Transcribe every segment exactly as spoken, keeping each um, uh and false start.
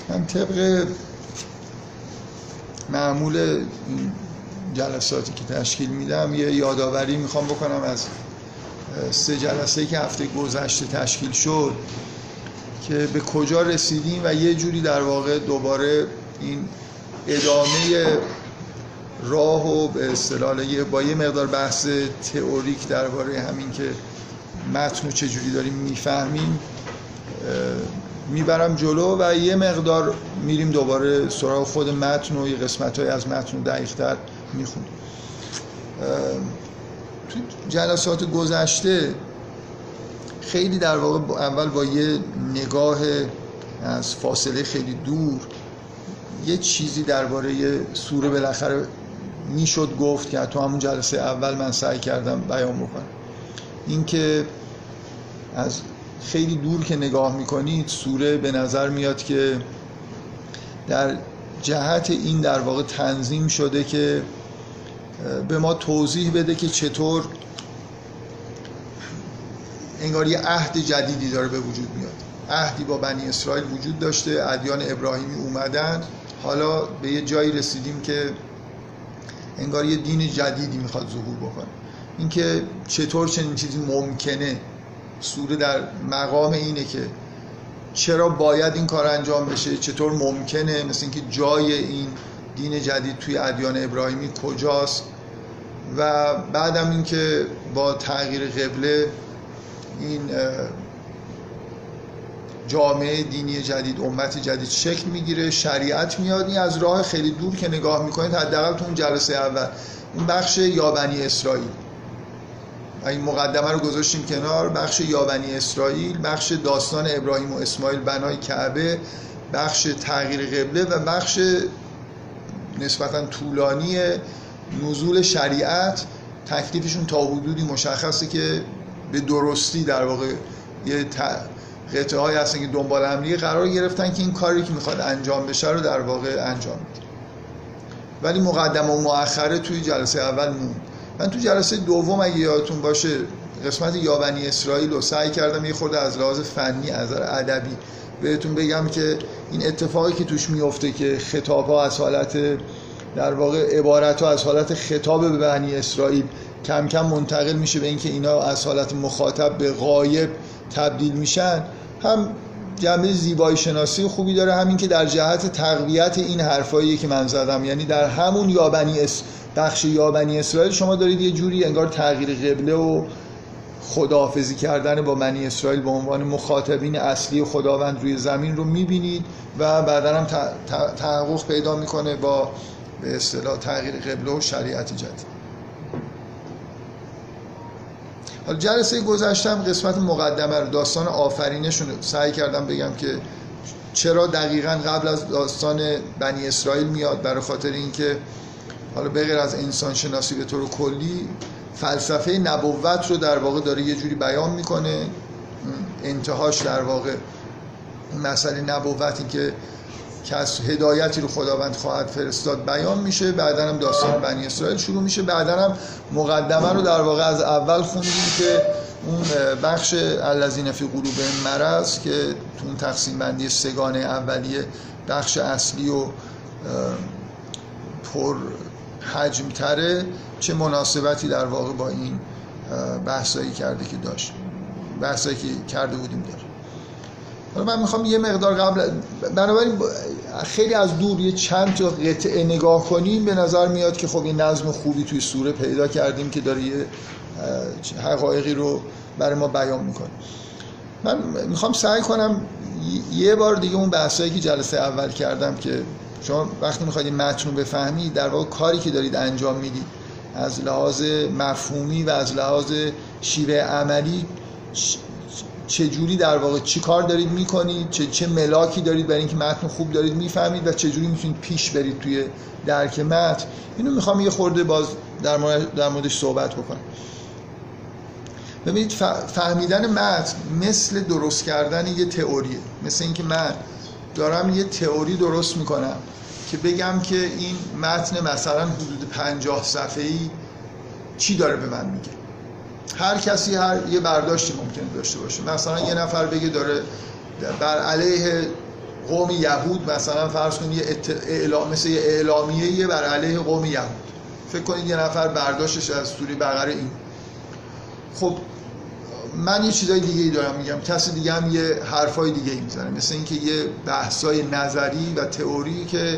من طبق معمول جلساتی که تشکیل میدم یه یادآوری میخوام بکنم از سه جلسه که هفته گذشته تشکیل شد که به کجا رسیدیم و یه جوری در واقع دوباره این ادامه راه و به اصطلاح با یه مقدار بحث تئوریک درباره همین که متن رو چجوری داریم میفهمیم میبرم جلو و یه مقدار میریم دوباره سراغ خود متن و یه قسمت‌های از متن رو دقیق‌تر میخونیم. تو جلسات گذشته خیلی در واقع اول با یه نگاه از فاصله خیلی دور یه چیزی درباره سوره بالاخره میشد گفت که تو همون جلسه اول من سعی کردم بیان بکنم. این که از خیلی دور که نگاه میکنید سوره به نظر میاد که در جهت این در واقع تنظیم شده که به ما توضیح بده که چطور انگار یه عهد جدیدی داره به وجود میاد. عهدی با بنی اسرائیل وجود داشته، ادیان ابراهیمی اومدن، حالا به یه جایی رسیدیم که انگار یه دین جدیدی میخواد ظهور بکنه. این که چطور چنین چیزی ممکنه، سوره در مقام اینه که چرا باید این کار انجام بشه، چطور ممکنه، مثل اینکه جای این دین جدید توی ادیان ابراهیمی کجاست و بعدم این که با تغییر قبله این جامعه دینی جدید، امت جدید شکل میگیره، شریعت میاد. این از راه خیلی دور که نگاه میکنید، حداقل تو اون جلسه اول اون بخش یا بنی اسرائیل، این مقدمه رو گذاشتیم کنار، بخش یا بنی اسرائیل، بخش داستان ابراهیم و اسماعیل بنای کعبه، بخش تغییر قبله و بخش نسبتاً طولانی نزول شریعت. تکلیفشون تا حدودی مشخصه که به درستی در واقع یه قطعه های هستن که دنبال هم دیگه قرار گرفتن که این کاری که میخواد انجام بشه رو در واقع انجام میده. ولی مقدمه و مؤخره توی جلسه اول موند. من تو جلسه دوم اگه یادتون باشه قسمت یا بنی اسرائیل رو سعی کردم یه خورده از لحاظ فنی، از نظر ادبی بهتون بگم که این اتفاقی که توش میفته که خطاب‌ها از حالت در واقع عبارت‌ها از حالت خطاب به بنی اسرائیل کم کم منتقل میشه به اینکه اینا از حالت مخاطب به غایب تبدیل میشن، هم جنبه زیبایی شناسی خوبی داره، همین که در جهت تقویت این حرفایی که من زدم. یعنی در همون یا بنی اس بخش یا بنی اسرائیل شما دارید یه جوری انگار تغییر قبله و خداحافظی کردن با بنی اسرائیل به عنوان مخاطبین اصلی خداوند روی زمین رو میبینید و بعدا هم تحقق پیدا میکنه با به اصطلاح تغییر قبله و شریعت جدید. حالا جلسه گذشتم قسمت مقدمه رو، داستان آفرینشون رو سعی کردم بگم که چرا دقیقاً قبل از داستان بنی اسرائیل میاد. برای خاطر اینکه حالا به غیر از انسان شناسی به طور کلی فلسفه نبوت رو در واقع داره یه جوری بیان میکنه. انتهاش در واقع مسئله نبوتی که کس هدایتی رو خداوند خواهد فرستاد بیان میشه، بعدن هم داستان بنی اسرائیل شروع میشه، بعدن هم مقدمه رو در واقع از اول خوندیم که اون بخش الذین فی قلوبهم مرض که تو اون تقسیم بندی سگانه اولیه بخش اصلی و پر حجم تره، چه مناسبتی در واقع با این بحثایی کرده که داشت بحثایی که کرده بودیم داره. حالا من میخوام یه مقدار قبل، بنابراین خیلی از دور یه چند تا قطعه نگاه کنیم به نظر میاد که خب یه نظم خوبی توی سوره پیدا کردیم که داره یه حقایقی رو برای ما بیان میکنه. من میخوام سعی کنم یه بار دیگه اون بحثایی که جلسه اول کردم که شما وقتی میخواید متن رو بفهمید، در واقع کاری که دارید انجام میدید از لحاظ مفهومی و از لحاظ شیوه عملی چه جوری در واقع چی کار دارید میکنید، چه چه ملاکی دارید برای اینکه متن خوب دارید میفهمید و چه جوری میتونید پیش برید توی درک متن. اینو میخوام یه خورده باز در مورد در موردش صحبت بکنم. ببینید فهمیدن متن مثل درست کردن یه تئوریه. مثل اینکه من دارم یه تئوری درست میکنم که بگم که این متن مثلا حدود پنجاه صفحه‌ای چی داره به من میگه. هر کسی هر یه برداشتی ممکنه داشته باشه. مثلا یه نفر بگه داره بر علیه قوم یهود مثلا فرض کنید یه اعلام مثل یه اعلامیه بر علیه قوم یهود، فکر کنید یه نفر برداشتش از سوره بقره این. خب من یه چیزای دیگه ای دارم میگم، کسی دیگه هم یه حرفای دیگه ای میزنه، مثل اینکه یه بحثای نظری و تئوری که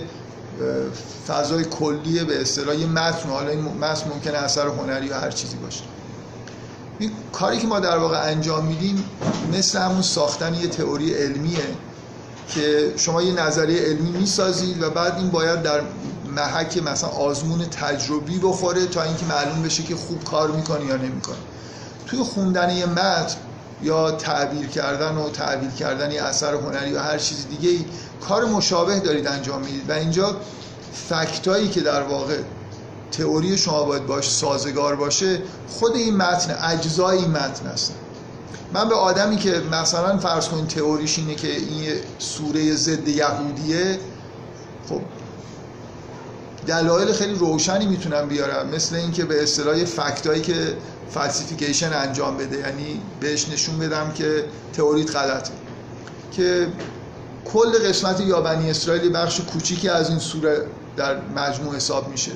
فضای کلیه به اصطلاح یه متن، حالا این متن ممکنه اثر هنری یا هر چیزی باشه. این کاری که ما در واقع انجام میدیم مثل همون ساختن یه تئوری علمیه که شما یه نظریه علمی میسازید و بعد این باید در محک مثلا آزمون تجربی بخوره تا اینکه معلوم بشه که خوب کار میکنه یا نمیکنه. توی خوندن یه متن یا تعبیر کردن و تعبیر کردن یه اثر هنری یا هر چیز دیگه ای کار مشابه دارید انجام میدید و اینجا فکتایی که در واقع تئوری شما باید باش سازگار باشه خود این متن، اجزای این متن هستن. من به آدمی که مثلا فرض کنید تئوریش اینه که این سوره ضد یهودیه، خب دلایل خیلی روشنی میتونم بیارم، مثل اینکه به اصطلاح فکتایی که فالسیفیکیشن انجام بده، یعنی بهش نشون بدم که تئوریت غلطه، که کل قسمت یا بنی اسرائیل بخش کوچیکی از این سوره در مجموع حساب میشه،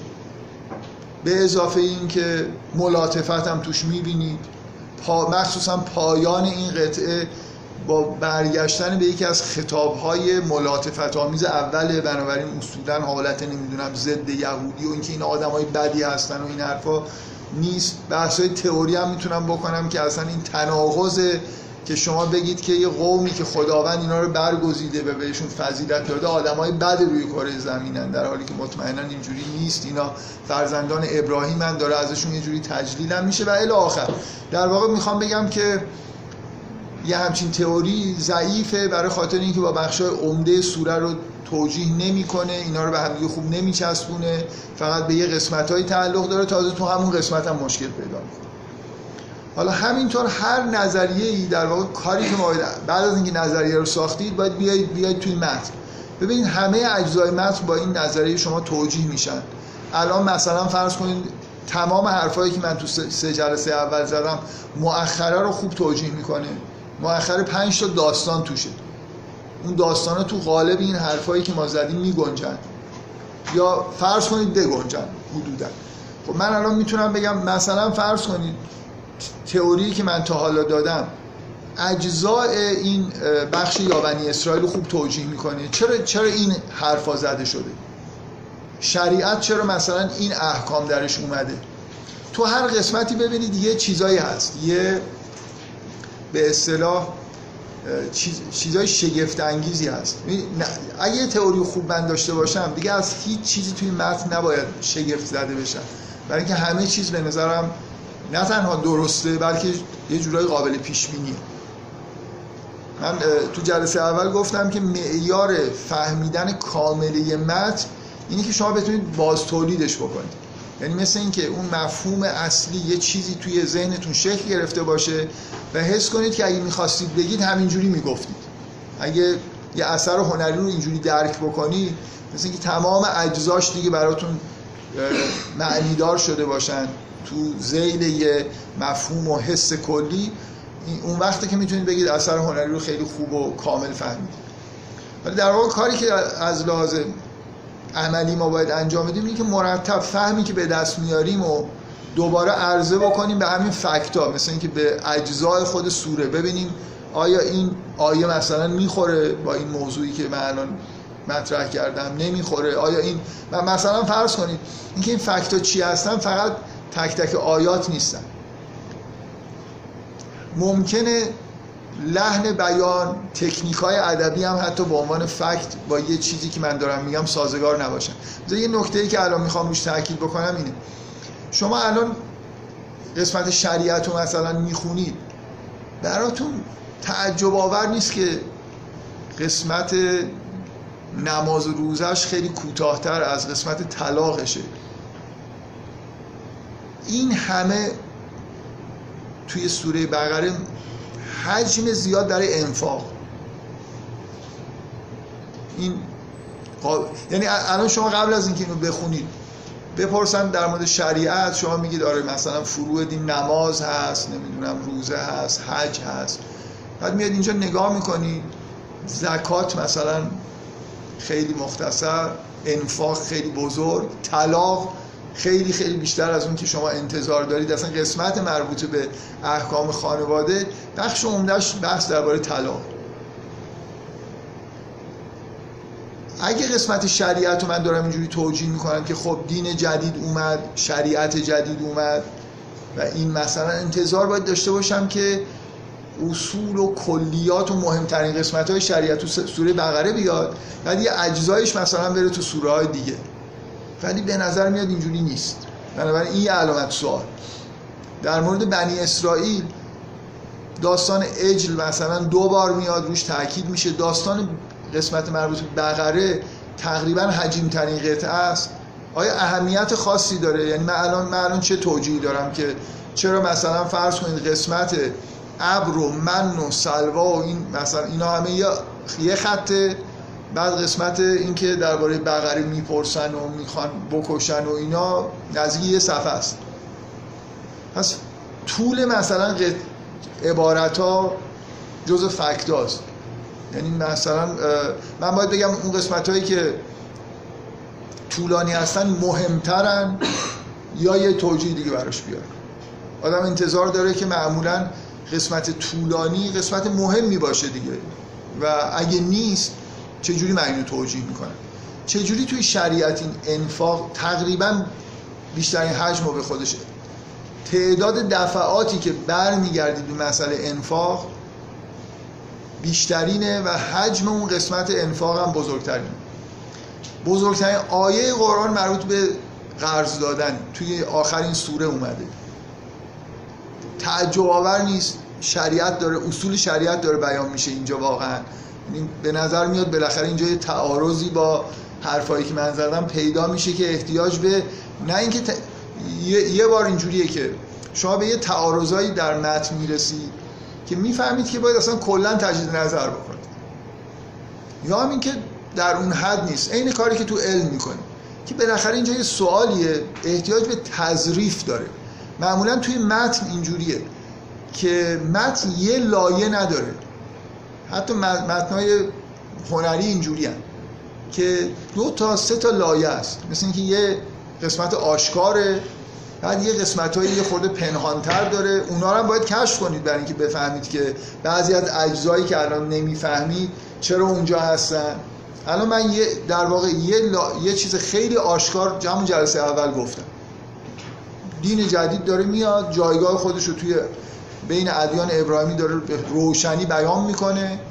به اضافه این که ملاطفت هم توش میبینید، پا مخصوصا پایان این قطعه با برگشتن به یکی از خطابهای ملاطفت آمیز اوله، بنابراین اصولا حالت نمیدونم ضد یهودی و اینکه این آدمای بدی هستن و این حرفا نیست. بحثای تئوری هم میتونم بکنم که اصلا این تناقضه که شما بگید که یه قومی که خداوند اینا رو برگزیده و بهشون فضیلت داده آدمای بد روی کره زمینن، در حالی که مطمئنا اینجوری نیست، اینا فرزندان ابراهیمن، داره ازشون یه جوری تجلیل هم میشه و الی آخر. در واقع میخوام بگم که یه همچین تئوری ضعیفه برای خاطر اینکه با بخشای عمده سوره رو توجیه نمیکنه، اینا رو به هم دیگه خوب نمیچسبونه، فقط به یه قسمتایی تعلق داره، تازه تو همون قسمت هم مشکل پیدا میکنه. حالا همینطور هر نظریه‌ای در واقع کاری که ما بعد از اینکه نظریه رو ساختید باید بیاید بیاید توی متن ببینید همه اجزای متن با این نظریه شما توجیه میشن. الان مثلا فرض کنید تمام حرفایی که من تو سه جلسه اول زدم مؤخره رو خوب توجیه میکنه، مؤخره پنج تا داستان توشه، اون داستانا تو قالب این حرفایی که ما زدیم میگنجن یا فرض کنید بگنجن حدودا. خب من الان میتونم بگم مثلا فرض کنید تئوری که من تا حالا دادم اجزای این بخش یا بنی اسرائیل رو خوب توجیه میکنه. چرا چرا این حرفا زده شده؟ شریعت چرا مثلا این احکام درش اومده؟ تو هر قسمتی ببینید یه چیزایی هست، یه به اصطلاح چیز، چیزای شگفت انگیزی هست. اگه یه تئوری خوب من داشته باشم دیگه از هیچ چیزی توی متن نباید شگفت زده بشم، برای اینکه همه چیز به نظرم نه تنها درسته بلکه یه جورایی قابل پیش بینیه. من تو جلسه اول گفتم که معیار فهمیدن کامله متن اینه که شما بتونید باز تولیدش بکنید، یعنی مثل این که اون مفهوم اصلی یه چیزی توی ذهنتون شکل گرفته باشه و حس کنید که اگه می‌خواستید بگید همینجوری میگفتید. اگه یه اثر هنری رو اینجوری درک بکنید مثل این که تمام اجزاش دیگه براتون معنیدار شده باشن تو ذیل یه مفهوم و حس کلی، اون وقته که میتونید بگید اثر هنری رو خیلی خوب و کامل فهمید. ولی در واقع کاری که از لحاظ عملی ما باید انجام بدیم اینه که مرتب فهمی که به دست میاریم و دوباره عرضه بکنیم به همین فکتا، مثل اینکه به اجزای خود سوره ببینیم آیا این آیه مثلا میخوره با این موضوعی که من الان مطرح کردم، نمیخوره، آیا این مثلا فرض کنید اینکه این فکتا چی هستن فقط تک تک آیات نیستن، ممکنه لحن بیان، تکنیک‌های ادبی هم حتی به عنوان فکت با یه چیزی که من دارم میگم سازگار نباشن. مثلا یه نکته‌ای که الان میخوام روش تاکید بکنم اینه، شما الان قسمت شریعت رو مثلا میخونید براتون تعجب آور نیست که قسمت نماز و روزش خیلی کوتاه‌تر از قسمت طلاقشه. این همه توی سوره بقره حجم زیاد برای انفاق. این قاب... یعنی الان شما قبل از اینکه اینو بخونید بپرسن در مورد شریعت، شما میگید آره مثلا فروع دین نماز هست، نمیدونم روزه هست، حج هست، بعد میاد اینجا نگاه میکنید زکات مثلا خیلی مختصر، انفاق خیلی بزرگ، طلاق خیلی خیلی بیشتر از اون که شما انتظار دارید. اصلا قسمت مربوط به احکام خانواده بخش عمده‌اش بحث درباره طلاق. اگه قسمت شریعت رو من دارم اینجوری توجیه میکنم که خب دین جدید اومد، شریعت جدید اومد و این مثلا انتظار باید داشته باشم که اصول و کلیات و مهمترین قسمت‌های شریعت تو سوره بقره بیاد، بعد یه اجزایش مثلا بره تو سوره‌های دیگه. ولی به نظر میاد اینجوری نیست. بنابراین این یه علامت سوال. در مورد بنی اسرائیل داستان عجل مثلا دو بار میاد، روش تاکید میشه. داستان قسمت مربوط به بقره تقریبا حجیم‌ترین قطعه است. آیا اهمیت خاصی داره؟ یعنی من الان من الان چه توجیهی دارم که چرا مثلا فرض کنید قسمت ابر و من و سلوا و این مثلا اینا همه یه خطه، بعد قسمت این که درباره بقره میپرسن و میخوان بکشن و اینا نزدیک یه صفحه است. پس طول مثلا عبارت‌ها جزء فکتاست. یعنی مثلا من باید بگم اون قسمت‌هایی که طولانی هستن مهمترن یا یه توجیه دیگه براش بیارن. آدم انتظار داره که معمولاً قسمت طولانی قسمت مهمی باشه دیگه، و اگه نیست چجوری من اینو توجیه میکنم؟ چجوری توی شریعت این انفاق تقریبا بیشترین حجم رو به خودشه، تعداد دفعاتی که برمیگردید به مسئله انفاق بیشترینه و حجم اون قسمت انفاق هم بزرگترینه. بزرگترین آیه قرآن مربوط به قرض دادن توی آخرین سوره اومده. تعجب آور نیست، شریعت داره، اصول شریعت داره بیان میشه اینجا. واقعا یعنی به نظر میاد بالاخره اینجا یه تعارضی با حرفایی که من زدم پیدا میشه که احتیاج به نه اینکه ت... یه... یه بار اینجوریه که شما به یه تعارضایی در متن میرسید که میفهمید که باید اصلا کلا تجدید نظر بکنید، یا هم این که در اون حد نیست. عین کاری که تو علم میکنید که بالاخره اینجا یه سوالیه احتیاج به تظریف داره. معمولا توی متن اینجوریه که متن یه لایه نداره، حتی متن‌های هنری اینجوری هست که دو تا سه تا لایه است، مثل اینکه یه قسمت آشکاره، بعد یه قسمت‌های یه خورده پنهان‌تر داره، اونا رو هم باید کشف کنید برای اینکه بفهمید که بعضی از اجزایی که الان نمی‌فهمید چرا اونجا هستن. الان من یه در واقع یه, لا... یه چیز خیلی آشکار همون جلسه اول گفتم، دین جدید داره میاد، جایگاه خودش رو توی بین ادیان ابراهیمی داره روشنی بیان میکنه،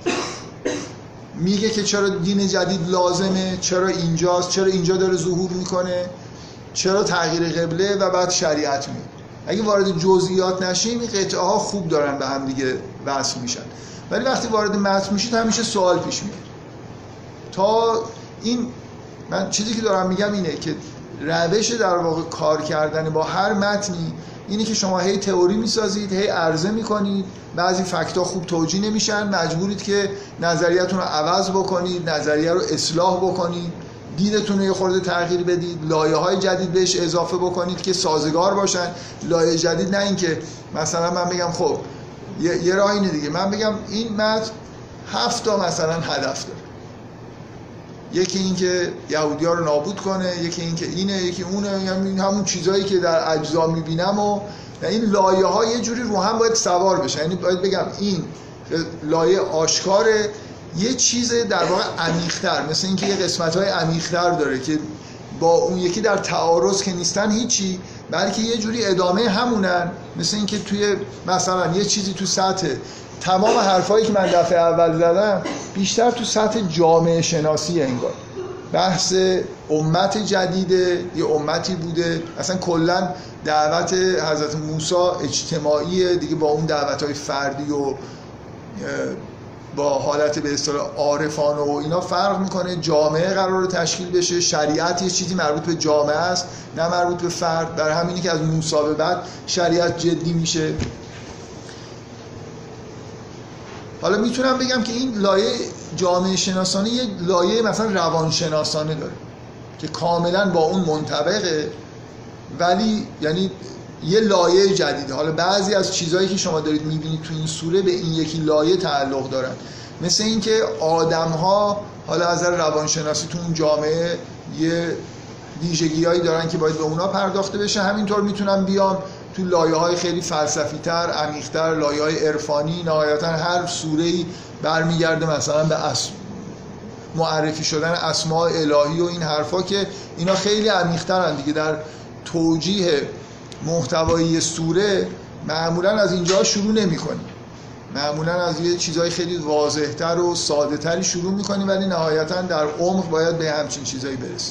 میگه که چرا دین جدید لازمه، چرا اینجاست، چرا اینجا داره ظهور میکنه، چرا تغییر قبله، و بعد شریعت میاد. اگه وارد جزئیات نشیم این قطعه ها خوب دارن به هم دیگه وصل میشن، ولی وقتی وارد متن میشید همیشه سوال پیش میاد. تا این من چیزی که دارم میگم اینه که روش در واقع کار کردن با هر متنی اینه که شما هی تئوری میسازید، هی عرضه میکنید، بعضی فکت‌ها خوب توجیه نمیشن، مجبورید که نظریتون رو عوض بکنید، نظریه رو اصلاح بکنید، دیدتون رو یه خورده تغییر بدید، لایه‌های جدید بهش اضافه بکنید که سازگار باشن. لایه جدید نه اینکه مثلا من بگم خب یه, یه راه اینه دیگه، من بگم این متن هفت تا مثلا هدف داره، یکی این که یهودی‌ها رو نابود کنه، یکی این که اینه، یکی اونه، یعنی همون چیزایی که در اجزا می‌بینم و این لایه‌ها یه جوری رو هم باید سوار بشن. یعنی باید بگم این لایه آشکاره، یه چیز در واقع عمیق‌تر، مثل اینکه یه قسمت‌های عمیق‌تر داره که با اون یکی در تعارض که نیستن هیچی، بلکه یه جوری ادامه همونن. مثل اینکه توی مثلا یه چیزی تو سطح تمام حرفایی که من دفعه اول زدم بیشتر تو سطح جامعه شناسی انگار بحث امت جدیده، یه امتی بوده، اصلا کلا دعوت حضرت موسی اجتماعیه دیگه، با اون دعوت‌های فردی و با حالت به اصطلاح عارفانه و اینا فرق میکنه. جامعه قراره تشکیل بشه، شریعت یه چیزی مربوط به جامعه است نه مربوط به فرد. در همینی که از موسی به بعد شریعت جدی میشه. حالا میتونم بگم که این لایه جامعه شناسانه یه لایه مثلا روانشناسانه داره که کاملا با اون منطبقه، ولی یعنی یه لایه جدیده. حالا بعضی از چیزهایی که شما دارید میبینید تو این سوره به این یکی لایه تعلق دارن، مثل اینکه آدم‌ها حالا از نظر روانشناسی تو اون جامعه یه ویژگی‌هایی دارن که باید به اونا پرداخته بشه، همینطور میتونن بیان تو لایه‌های خیلی فلسفی‌تر، عمیق‌تر، لایه‌های عرفانی، نهایتاً هر سوره‌ای برمیگرده مثلا به اسم معرفی شدن اسماء الهی و این حرفا که اینا خیلی عمیق‌ترن دیگه. در توجیه محتوایی سوره معمولاً از اینجا شروع نمی‌کنیم، معمولاً از یه چیزای خیلی واضح‌تر و ساده‌تری شروع می‌کنیم، ولی نهایتاً در عمق باید به همچین چیزایی برسیم.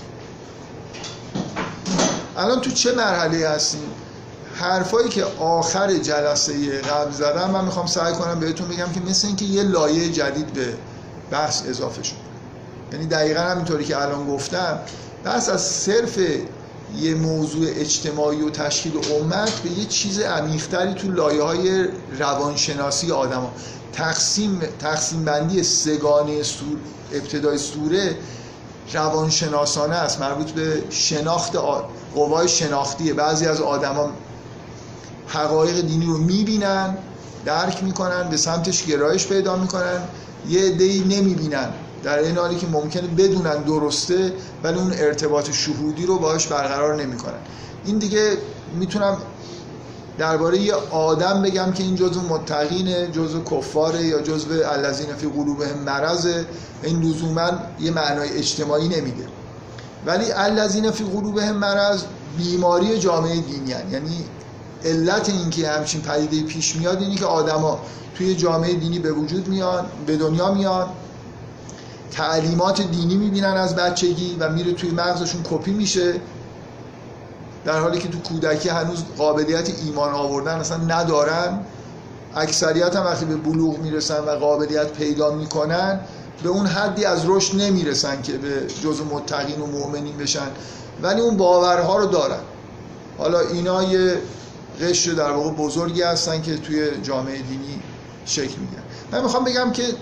الان تو چه مرحله هستیم؟ حرفایی که آخر جلسه قبل زدم من میخوام سعی کنم بهتون بگم که مثل اینکه یه لایه جدید به بحث اضافه شد. یعنی دقیقاً همینطوری که الان گفتم، بحث از صرف یه موضوع اجتماعی و تشکیل امت به یه چیز عمیق‌تری تو لایه‌های روانشناسی آدم‌ها، تقسیم تقسیم بندی سگانه سور ابتدای سوره روانشناسانه است، مربوط به شناخت قوای شناختیه. بعضی از آدما حقایق دینی رو میبینن، درک میکنن، به سمتش گرایش پیدا میکنن، یه عده‌ای نمیبینن، در این حالی که ممکنه بدونن درسته ولی اون ارتباط شهودی رو باهاش برقرار نمیکنن. این دیگه میتونم درباره یه آدم بگم که این جزء متقینه، جزء کفاره یا جزء الذین فی قلوبهم مرض، این لزوما یه معنای اجتماعی نمیده. ولی الذین فی قلوبهم مرض بیماری جامعه دینی هن. یعنی علت این که همچین پدیده پیش میاد اینی که آدما توی جامعه دینی به وجود میان، به دنیا میان، تعلیمات دینی میبینن از بچگی و میره توی مغزشون کپی میشه، در حالی که تو کودکی هنوز قابلیت ایمان آوردن اصلا ندارن. اکثریت هم وقتی به بلوغ میرسن و قابلیت پیدا میکنن به اون حدی از رشد نمیرسن که به جزء متقین و مؤمنین بشن، ولی اون باورها رو دارن. حالا اینا یه قشر در واقع بزرگی هستن که توی جامعه دینی شکل میگیرن. من میخوام بگم که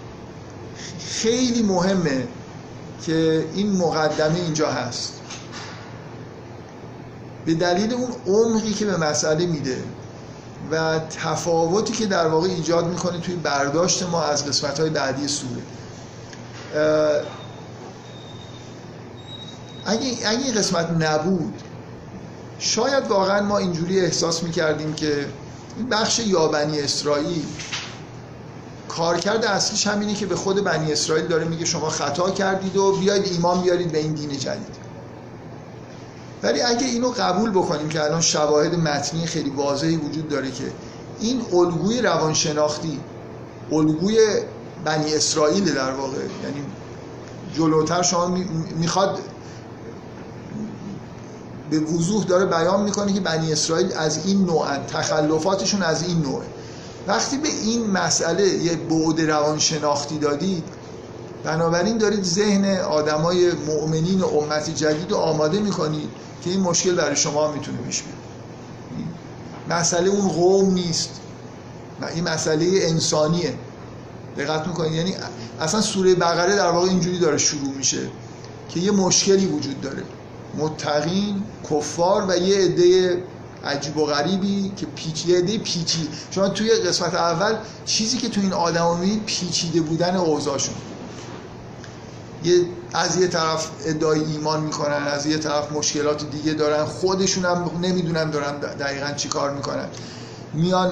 خیلی مهمه که این مقدمه اینجا هست، به دلیل اون عمقی که به مسئله میده و تفاوتی که در واقع ایجاد میکنه توی برداشت ما از قسمت‌های بعدی سوره. اگه اگه این قسمت نبود شاید واقعا ما اینجوری احساس میکردیم که این بخش یا بنی اسرائیل کارکرد اصلیش همینه که به خود بنی اسرائیل داره میگه شما خطا کردید و بیاید ایمان بیارید به این دین جدید. ولی اگه اینو قبول بکنیم که الان شواهد متنی خیلی واضحی وجود داره که این الگوی روانشناختی الگوی بنی اسرائیل در واقع، یعنی جلوتر شما میخواد به وضوح داره بیان میکنه که بنی اسرائیل از این نوعن، تخلفاتشون از این نوعه. وقتی به این مسئله یه بعد روانشناختی دادید، بنابراین دارید ذهن آدمای مؤمنین و امت جدید رو آماده میکنید که این مشکل برای شما میتونه پیش بیاد. مسئله اون قوم نیست، این مسئله انسانیه. دقت میکنید؟ یعنی اصلا سوره بقره در واقع اینجوری داره شروع میشه که یه مشکلی وجود داره، متقین، کفار و یه عده عجیب و غریبی که پیچ یه عده پیچی. شما توی قسمت اول چیزی که تو این آدما میبینید پیچیده بودن اوضاعشون، یه از یه طرف ادعای ایمان میکنن، از یه طرف مشکلات دیگه دارن، خودشون هم نمیدونن دارن دقیقاً چی کار میکنن. میان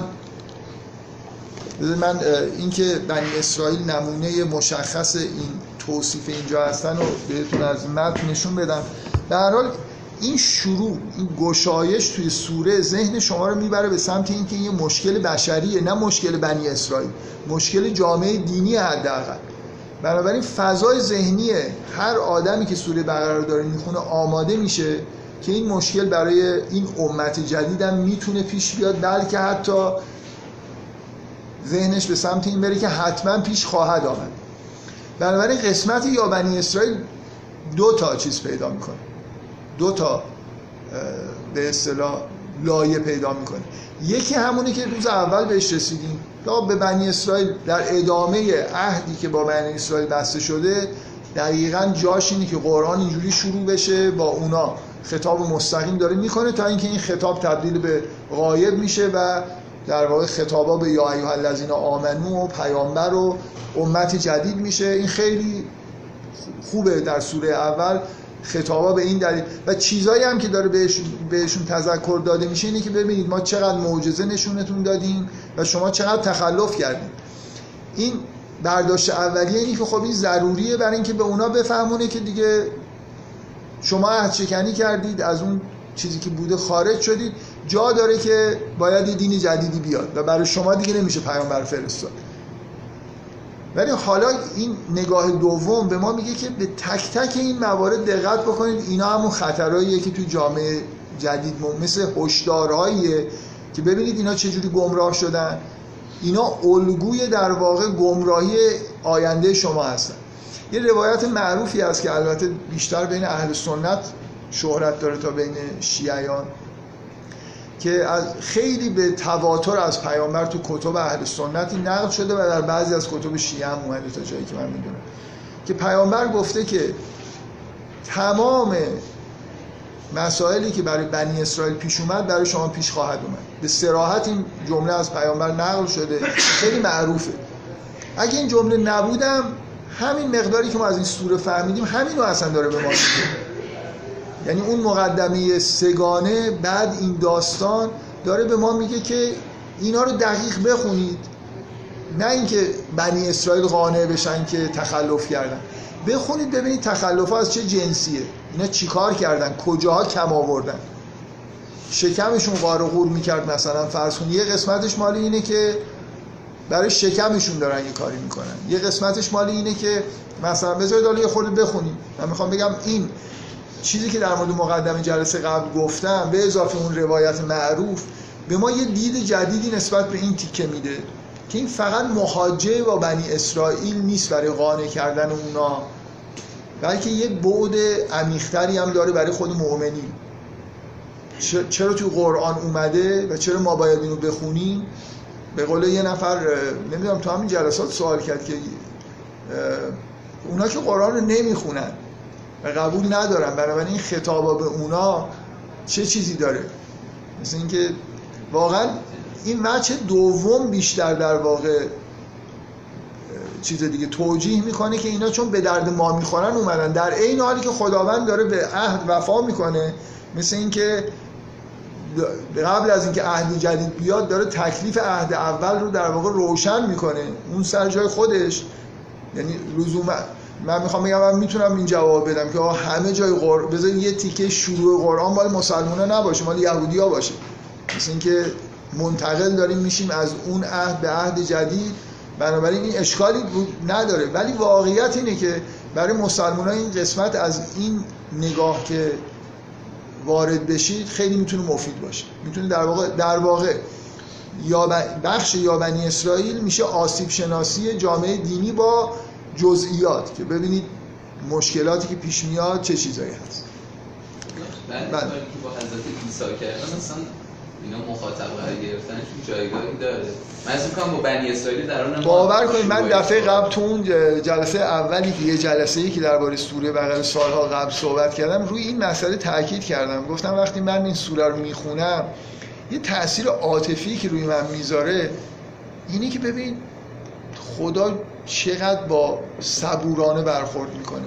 من اینکه بنی اسرائیل نمونه مشخص این توصیف اینجا هستن و بهتون از متن نشون بدم. به هر حال این شروع، این گشایش توی سوره ذهن شما رو میبره به سمت اینکه این یه مشکل بشریه، نه مشکل بنی اسرائیل، مشکل جامعه دینی حداقل. بنابراین فضای ذهنی هر آدمی که سوره بقره رو داره میخونه آماده میشه که این مشکل برای این امت جدید هم میتونه پیش بیاد، بلکه حتی ذهنش به سمت این بره که حتما پیش خواهد آمد. بنابراین قسمت یا بنی اسرائیل دو تا چیز پیدا میکنه، دو تا به اصطلاح لایه پیدا میکنه. یکی همونی که روز اول بهش رسیدیم، تا به بنی اسرائیل در ادامه عهدی که با بنی اسرائیل بسته شده دقیقاً جاش اینه که قرآن اینجوری شروع بشه، با اونا خطاب مستقیم داره میکنه تا اینکه این خطاب تبدیل به غایب میشه و در واقع خطابا به یا ایها الذین آمنو و پیامبر و امت جدید میشه. این خیلی خوبه در سوره اول خطابا به این دلیل و چیزایی هم که داره بهشون, بهشون تذکر داده میشه اینه که ببینید ما چقدر معجزه نشونتون دادیم و شما چقدر تخلف کردیم. این برداشت اولیه اینه که خب این ضروریه برای اینکه به اونا بفهمونه که دیگه شما عهد شکنی کردید، از اون چیزی که بوده خارج شدید، جا داره که باید یه دین جدیدی بیاد و برای شما دیگه نمیشه پیامبر فرستاد. ولی حالا این نگاه دوم به ما میگه که به تک تک این موارد دقت بکنید، اینا همون خطرهاییه که تو جامعه جدید مثل هشدارهاییه که ببینید اینا چجوری گمراه شدن. اینا الگوی در واقع گمراهی آینده شما هستن. یه روایت معروفی هست که البته بیشتر بین اهل سنت شهرت داره تا بین شیعیان، که از خیلی به تواتر از پیامبر تو کتب اهل سنتی نقل شده و در بعضی از کتب شیعه هم اومده تا جایی که من میدونم، که پیامبر گفته که تمام مسائلی که برای بنی اسرائیل پیش اومد برای شما پیش خواهد اومد. به صراحت این جمله از پیامبر نقل شده، خیلی معروفه. اگه این جمله نبودم همین مقداری که ما از این سوره فهمیدیم همین رو اصلا داره به ما میگه. یعنی اون مقدمه سگانه بعد این داستان داره به ما میگه که اینا رو دقیق بخونید، نه اینکه بنی اسرائیل قانع بشن که تخلف کردن. بخونید ببینید تخلف‌ها از چه جنسیه، اینا چیکار کردن، کجاها کم آوردن، شکمشون غار و غور میکرد مثلا فرض کنید. یه قسمتش مالی اینه که برای شکمشون دارن یه کاری میکنن، یه قسمتش مالی اینه که مثلا بذارید حالا یه خورده بخونید. من میخوام بگم این چیزی که در مورد مقدمه جلسه قبل گفتم به اضافه اون روایت معروف به ما یه دید جدیدی نسبت به این تیکه میده که این فقط محاجه با بنی اسرائیل نیست برای قانع کردن اونا، بلکه یه بعد عمیق‌تری هم داره برای خود مؤمنین. چرا تو قرآن اومده و چرا ما باید اینو بخونیم؟ به قول یه نفر نمیدونم تو همین جلسات سوال کرد که اونا که قرآن رو نمیخونن و قبول ندارن، بنابراین این خطابا به اونا چه چیزی داره؟ مثل اینکه واقعا این وجه دوم بیشتر در واقع چیز دیگه توجیه میکنه که اینا چون به درد ما میخورن اومدن، در عین حالی که خداوند داره به عهد وفا میکنه. مثل اینکه قبل از اینکه عهد جدید بیاد داره تکلیف عهد اول رو در واقع روشن میکنه، اون سر جای خودش. یعنی لزوما من میخوام بگم من میتونم این جواب بدم که همه جای قرآن بذار یه تیکه شروع قرآن مال مسلمونا نباشه، مال یهودیا باشه. مثل اینکه منتقل داریم میشیم از اون عهد به عهد جدید، بنابراین این اشکالی نداره. ولی واقعیت اینه که برای مسلمان‌ها این قسمت از این نگاه که وارد بشید خیلی میتونه مفید باشه. میتونه در واقع در واقع یا بخش یا بنی اسرائیل میشه آسیب شناسی جامعه دینی با جزئیات، که ببینید مشکلاتی که پیش میاد چه چیزایی هست. بعد کاری که با حضرت عیسی کردن مثلا اینا مخاطب قرار گرفتنشون جایگاهی داره. من از میگم با بنی اسرائیل در اون باور کنید من دفعه قبل تو اون جلسه اولی که یه جلسه‌ای که درباره سوره بقره سالها قبل صحبت کردم روی این مسئله تاکید کردم. گفتم وقتی من این سوره رو میخونم یه تأثیر عاطفی که روی من میذاره اینی که ببین خدا چقدر با صبورانه برخورد میکنه،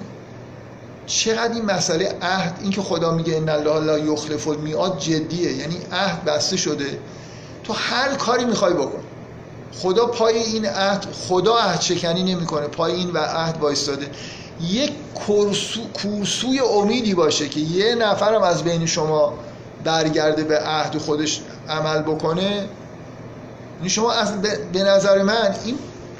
چقدر این مسئله عهد، این که خدا میگه ان الله لا یخلف المیعاد جدیه، یعنی عهد بسته شده، تو هر کاری میخوای بکن. خدا پای این عهد، خدا عهد شکنی نمیکنه، پای این و عهد وایستاده. یک کورسو، کورسوی امیدی باشه که یه نفرم از بین شما برگرده به عهد خودش عمل بکنه. یعنی شما از به نظر من این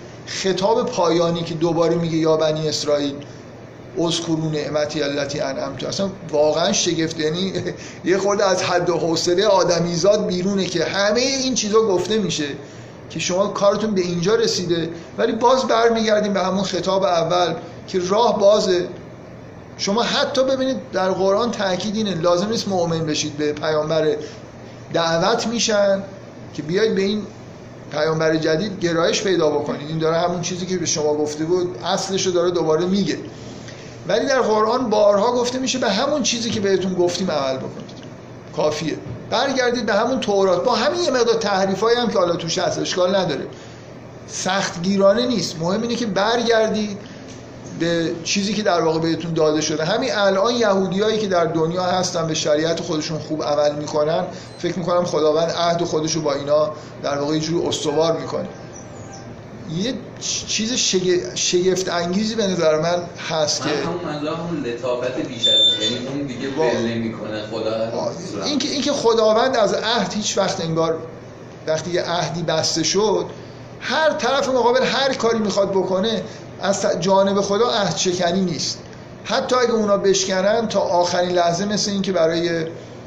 خطاب پایانی که دوباره میگه یا بنی اسرائیل اذکروا نعمتی التی انعمت، اصلا واقعا شگفت. یعنی یه خورده از حد و حوصله آدمیزاد بیرونه که همه این چیزا گفته میشه که شما کارتون به اینجا رسیده، ولی باز برمیگردیم به همون خطاب اول که راه بازه. شما حتی ببینید در قرآن تاکید اینه لازم نیست مؤمن بشید، به پیامبر دعوت میشن که بیاید به این پیامبر جدید گرایش پیدا بکنید. این داره همون چیزی که به شما گفته بود اصلش رو داره دوباره میگه، ولی در قرآن بارها گفته میشه به همون چیزی که بهتون گفتیم عمل بکنید. کافیه. برگردید به همون تورات با همین یه مقدار تحریفایی هم که حالا توش هست، اشکال نداره، سخت گیرانه نیست. مهم اینه که برگردید به چیزی که در واقع بهتون داده شده. همین الان یهودیایی که در دنیا هستن به شریعت خودشون خوب عمل میکنن، فکر میکنم خداوند عهد خودشو با اینا در واقع یه جور استوار میکنه. یه چیز شگفت, شگفت انگیزی به نظر من هست که همون منظور همون لطافت بیش از یعنی اون دیگه ول نمیکنه خدا. اینکه اینکه خداوند از عهد هیچ وقت انگار وقتی یه عهدی بسته شد هر طرف مقابل هر کاری میخواد بکنه از جانب خدا عهد شکنی نیست. حتی اگه اونا بشکنن تا آخرین لحظه مثل این که برای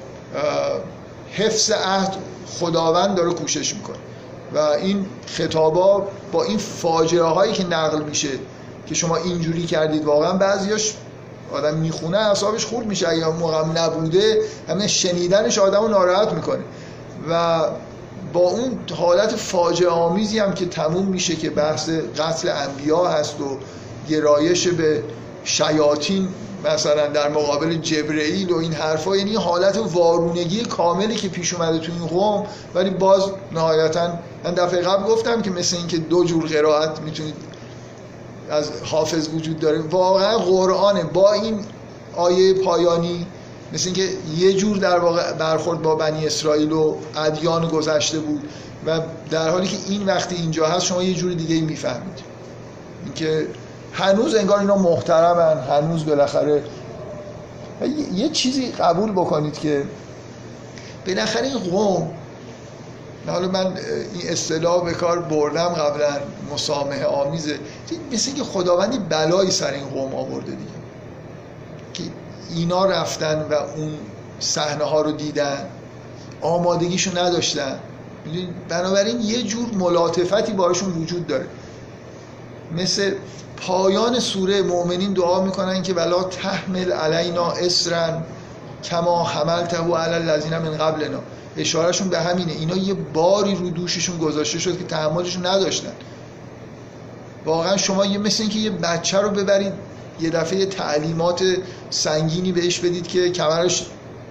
حفظ عهد خداوند داره کوشش میکنه و این خطابا با این فاجعه هایی که نقل میشه که شما اینجوری کردید واقعا بعضیاش آدم میخونه اعصابش خورد میشه، یا موقع نبوده همین شنیدنش آدمو ناراحت میکنه و با اون حالت فاجعه آمیزی هم که تموم میشه که بحث قتل انبیا هست و گرایش به شیاطین مثلا در مقابل جبرئیل و این حرفا، یعنی حالت وارونگی کاملی که پیش اومده تو این قوم. ولی باز نهایتا من دفعه قبل گفتم که مثل این که دو جور قرائت میتونید از حافظ وجود داره، واقعا قرآنه با این آیه پایانی مثل اینکه یه جور در واقع برخورد با بنی اسرائیل و ادیان گذشته بود و در حالی که این وقتی اینجا هست شما یه جور دیگه میفهمید اینکه هنوز انگار اینا محترمن، هنوز بالاخره یه چیزی قبول بکنید که بالاخره این قوم، حالا من این اصطلاح به کار بردم قبلا، مسامحه آمیزه، مثل اینکه خداوندی بلایی سر این قوم آورده دیگه که اینا رفتن و اون صحنه ها رو دیدن، آمادگیشو نداشتن. بنابراین یه جور ملاطفتی باشون وجود داره. مثل پایان سوره مؤمنین دعا میکنن که ولا تحمل علینا اصرا کما حملته علی الذین من قبلنا. اشارهشون به همینه، اینا یه باری رو دوششون گذاشته شد که تحملشون نداشتن. واقعا شما یه مثل این که یه بچه رو ببرید یه دفعه تعلیمات سنگینی بهش بدید که کمرش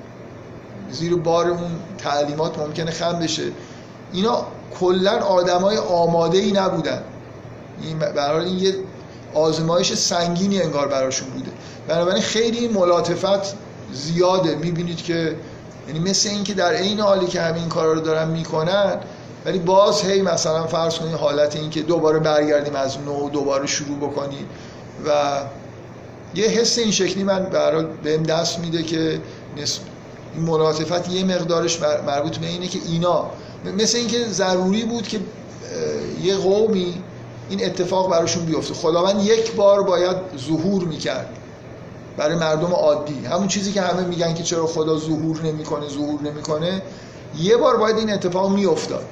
زیر بار اون تعلیمات ممکنه خم بشه. اینا کلن آدمای آماده‌ای نبودن، این برای این یه آزمایش سنگینی انگار براشون بوده. بنابراین خیلی ملاطفت زیاده. میبینید که یعنی مثل این که در عین حالی که همین کارا رو دارن میکنن ولی باز هی مثلا فرض کنید حالت این که دوباره برگردیم از نو دوباره شروع بکنیم و یه حس این شکلی من به هر حال بهم دست میده که این ملاطفت یه مقدارش مربوط به اینه که اینا مثل این که ضروری بود که یه قومی این اتفاق براشون بیفته. خداوند یک بار باید ظهور میکرد برای مردم عادی، همون چیزی که همه میگن که چرا خدا ظهور نمیکنه ظهور نمیکنه، یه بار باید این اتفاق میافتاد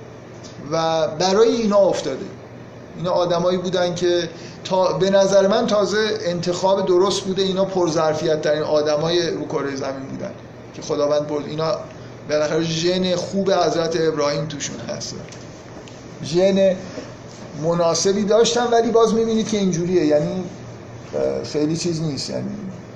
و برای اینا افتاده. اینا آدمایی بودن که تا به نظر من تازه انتخاب درست بوده، اینا پرظرفیت ترین آدمای رو کره زمین بودن که خداوند برد. اینا بالاخره ژن خوب حضرت ابراهیم توشون هست، ژن مناسبی داشتن، ولی باز میبینید که اینجوریه، یعنی خیلی چیز نیست. یعنی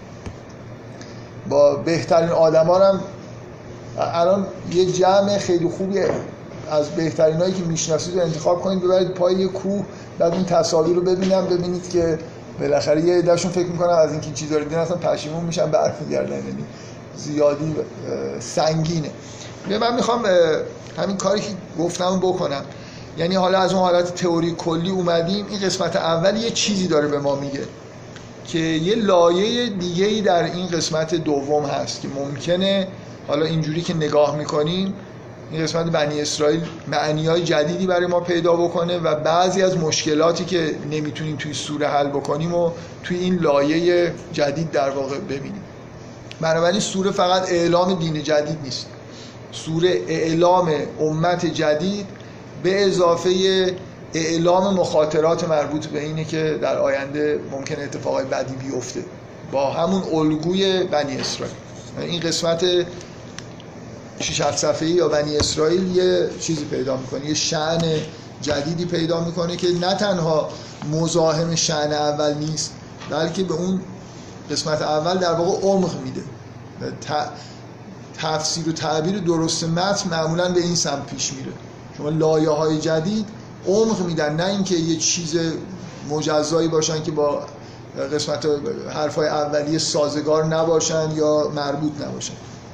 با بهترین آدما هم الان یه جمع خیلی خوبی از بهترین هایی که میشناسید رو انتخاب کنید ببرید پای یه کوه، بعد این تصاویر رو ببینم ببینید که بالاخره یه عده‌شون فکر میکنم از اینکه چیزا رو دیدن اصلا پشیمون میشن برمیگردن، یعنی زیادی سنگینه. من میخوام همین کاری که گفتم بکنم، یعنی حالا از اون حالت تئوری کلی اومدیم این قسمت اول یه چیزی داره به ما میگه که یه لایه دیگه‌ای در این قسمت دوم هست که ممکنه حالا اینجوری که نگاه میکنیم این قسمت بنی اسرائیل معنی‌های جدیدی برای ما پیدا بکنه و بعضی از مشکلاتی که نمیتونیم توی سوره حل بکنیم و توی این لایه جدید در واقع ببینیم. بنابراین سوره فقط اعلام دین جدید نیست، سوره اعلام امت جدید به اضافه اعلام مخاطرات مربوط به اینه که در آینده ممکنه اتفاقای بدی بیفته با همون الگوی بنی اسرائیل. این قسمت شش هفت صفحه‌ای یا بنی اسرائیل یه چیزی پیدا میکنه، یه شأن جدیدی پیدا میکنه که نه تنها مزاحم شأن اول نیست بلکه به اون قسمت اول در واقع عمق میده، تفسیر و تعبیر درست متن معمولا به این سمت پیش میره. شما لایه‌های جدید عمق میدن، نه اینکه یه چیز مجزایی باشن که با قسمت حرفای اولیه سازگار نباشن یا مربوط نباشن.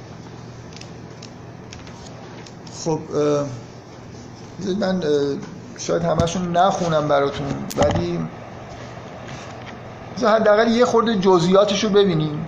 خب من شاید همشون نخونم براتون، ولی حداقل یه خورده جزئیاتشو ببینیم.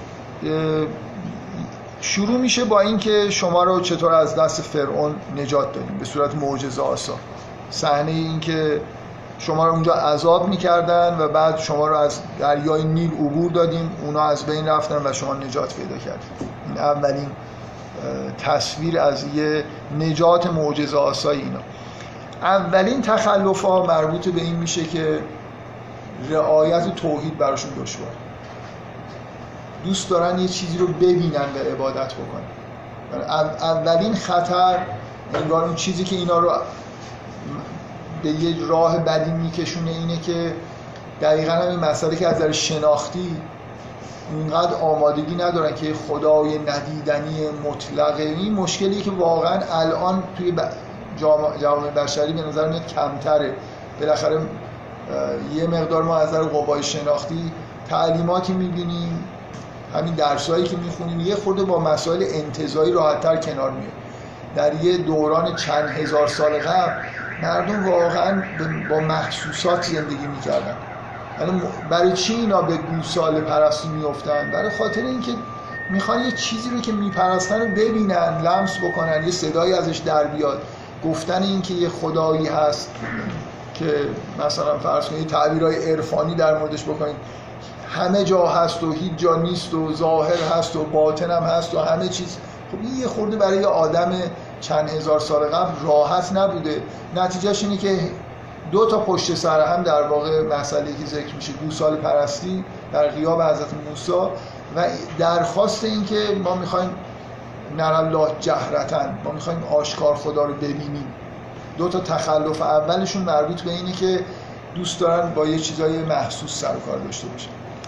شروع میشه با اینکه شما رو چطور از دست فرعون نجات دادیم به صورت معجزه آسا. صحنه این که شما رو اونجا عذاب میکردن و بعد شما رو از دریای نیل عبور دادیم، اونا از بین رفتن و شما نجات پیدا کردید. این اولین تصویر از یه نجات معجزه آسای اینا. اولین تخلف‌ها مربوط به این میشه که رعایت توحید براشون دشوار. دوست دارن یه چیزی رو ببینن و عبادت بکنن. اولین خطر انگار اون چیزی که اینا رو به یه راه بدی میکشونه اینه که دقیقاً همین مسئله که از نظر شناختی اونقدر آمادگی ندارن که خدای ندیدنی مطلقه. این مشکلی که واقعاً الان توی جامعه بشری به نظر میاد کمتره. بالاخره یه مقدار ما از نظر قوای شناختی تعلیماتی میبینیم، همین درسایی که میخونیم یه خورده با مسائل انتزاعی راحت‌تر کنار میاد. در یه دوران چند هزار سال قبل مردم واقعاً با محسوسات زندگی میکردن. برای چی اینا به گوساله پرستی میافتن؟ برای خاطر اینکه میخوان یه چیزی رو که میپرستن رو ببینن، لمس بکنن، یه صدایی ازش در بیاد. گفتن این که یه خدایی هست که مثلا فرض کنید تعبیرهای عرفانی در موردش بکنید، همه جا هست و هیچ جا نیست و ظاهر هست و باطن هم هست و همه چیز. خب این یه خورده برای یه آدم چند هزار سال قبل راحت نبوده. نتیجهش اینه که دو تا پشت سر هم در واقع مسئله‌ای که ذکر میشه، گوساله پرستی در غیاب حضرت موسی و درخواست این که ما میخوایم نر الله جهرتن، ما میخوایم آشکار خدا رو ببینیم. دو تا تخلف اولشون مربوط به اینه که دوست دارن با یه چیزای محسوس سر و کار داشته باشن.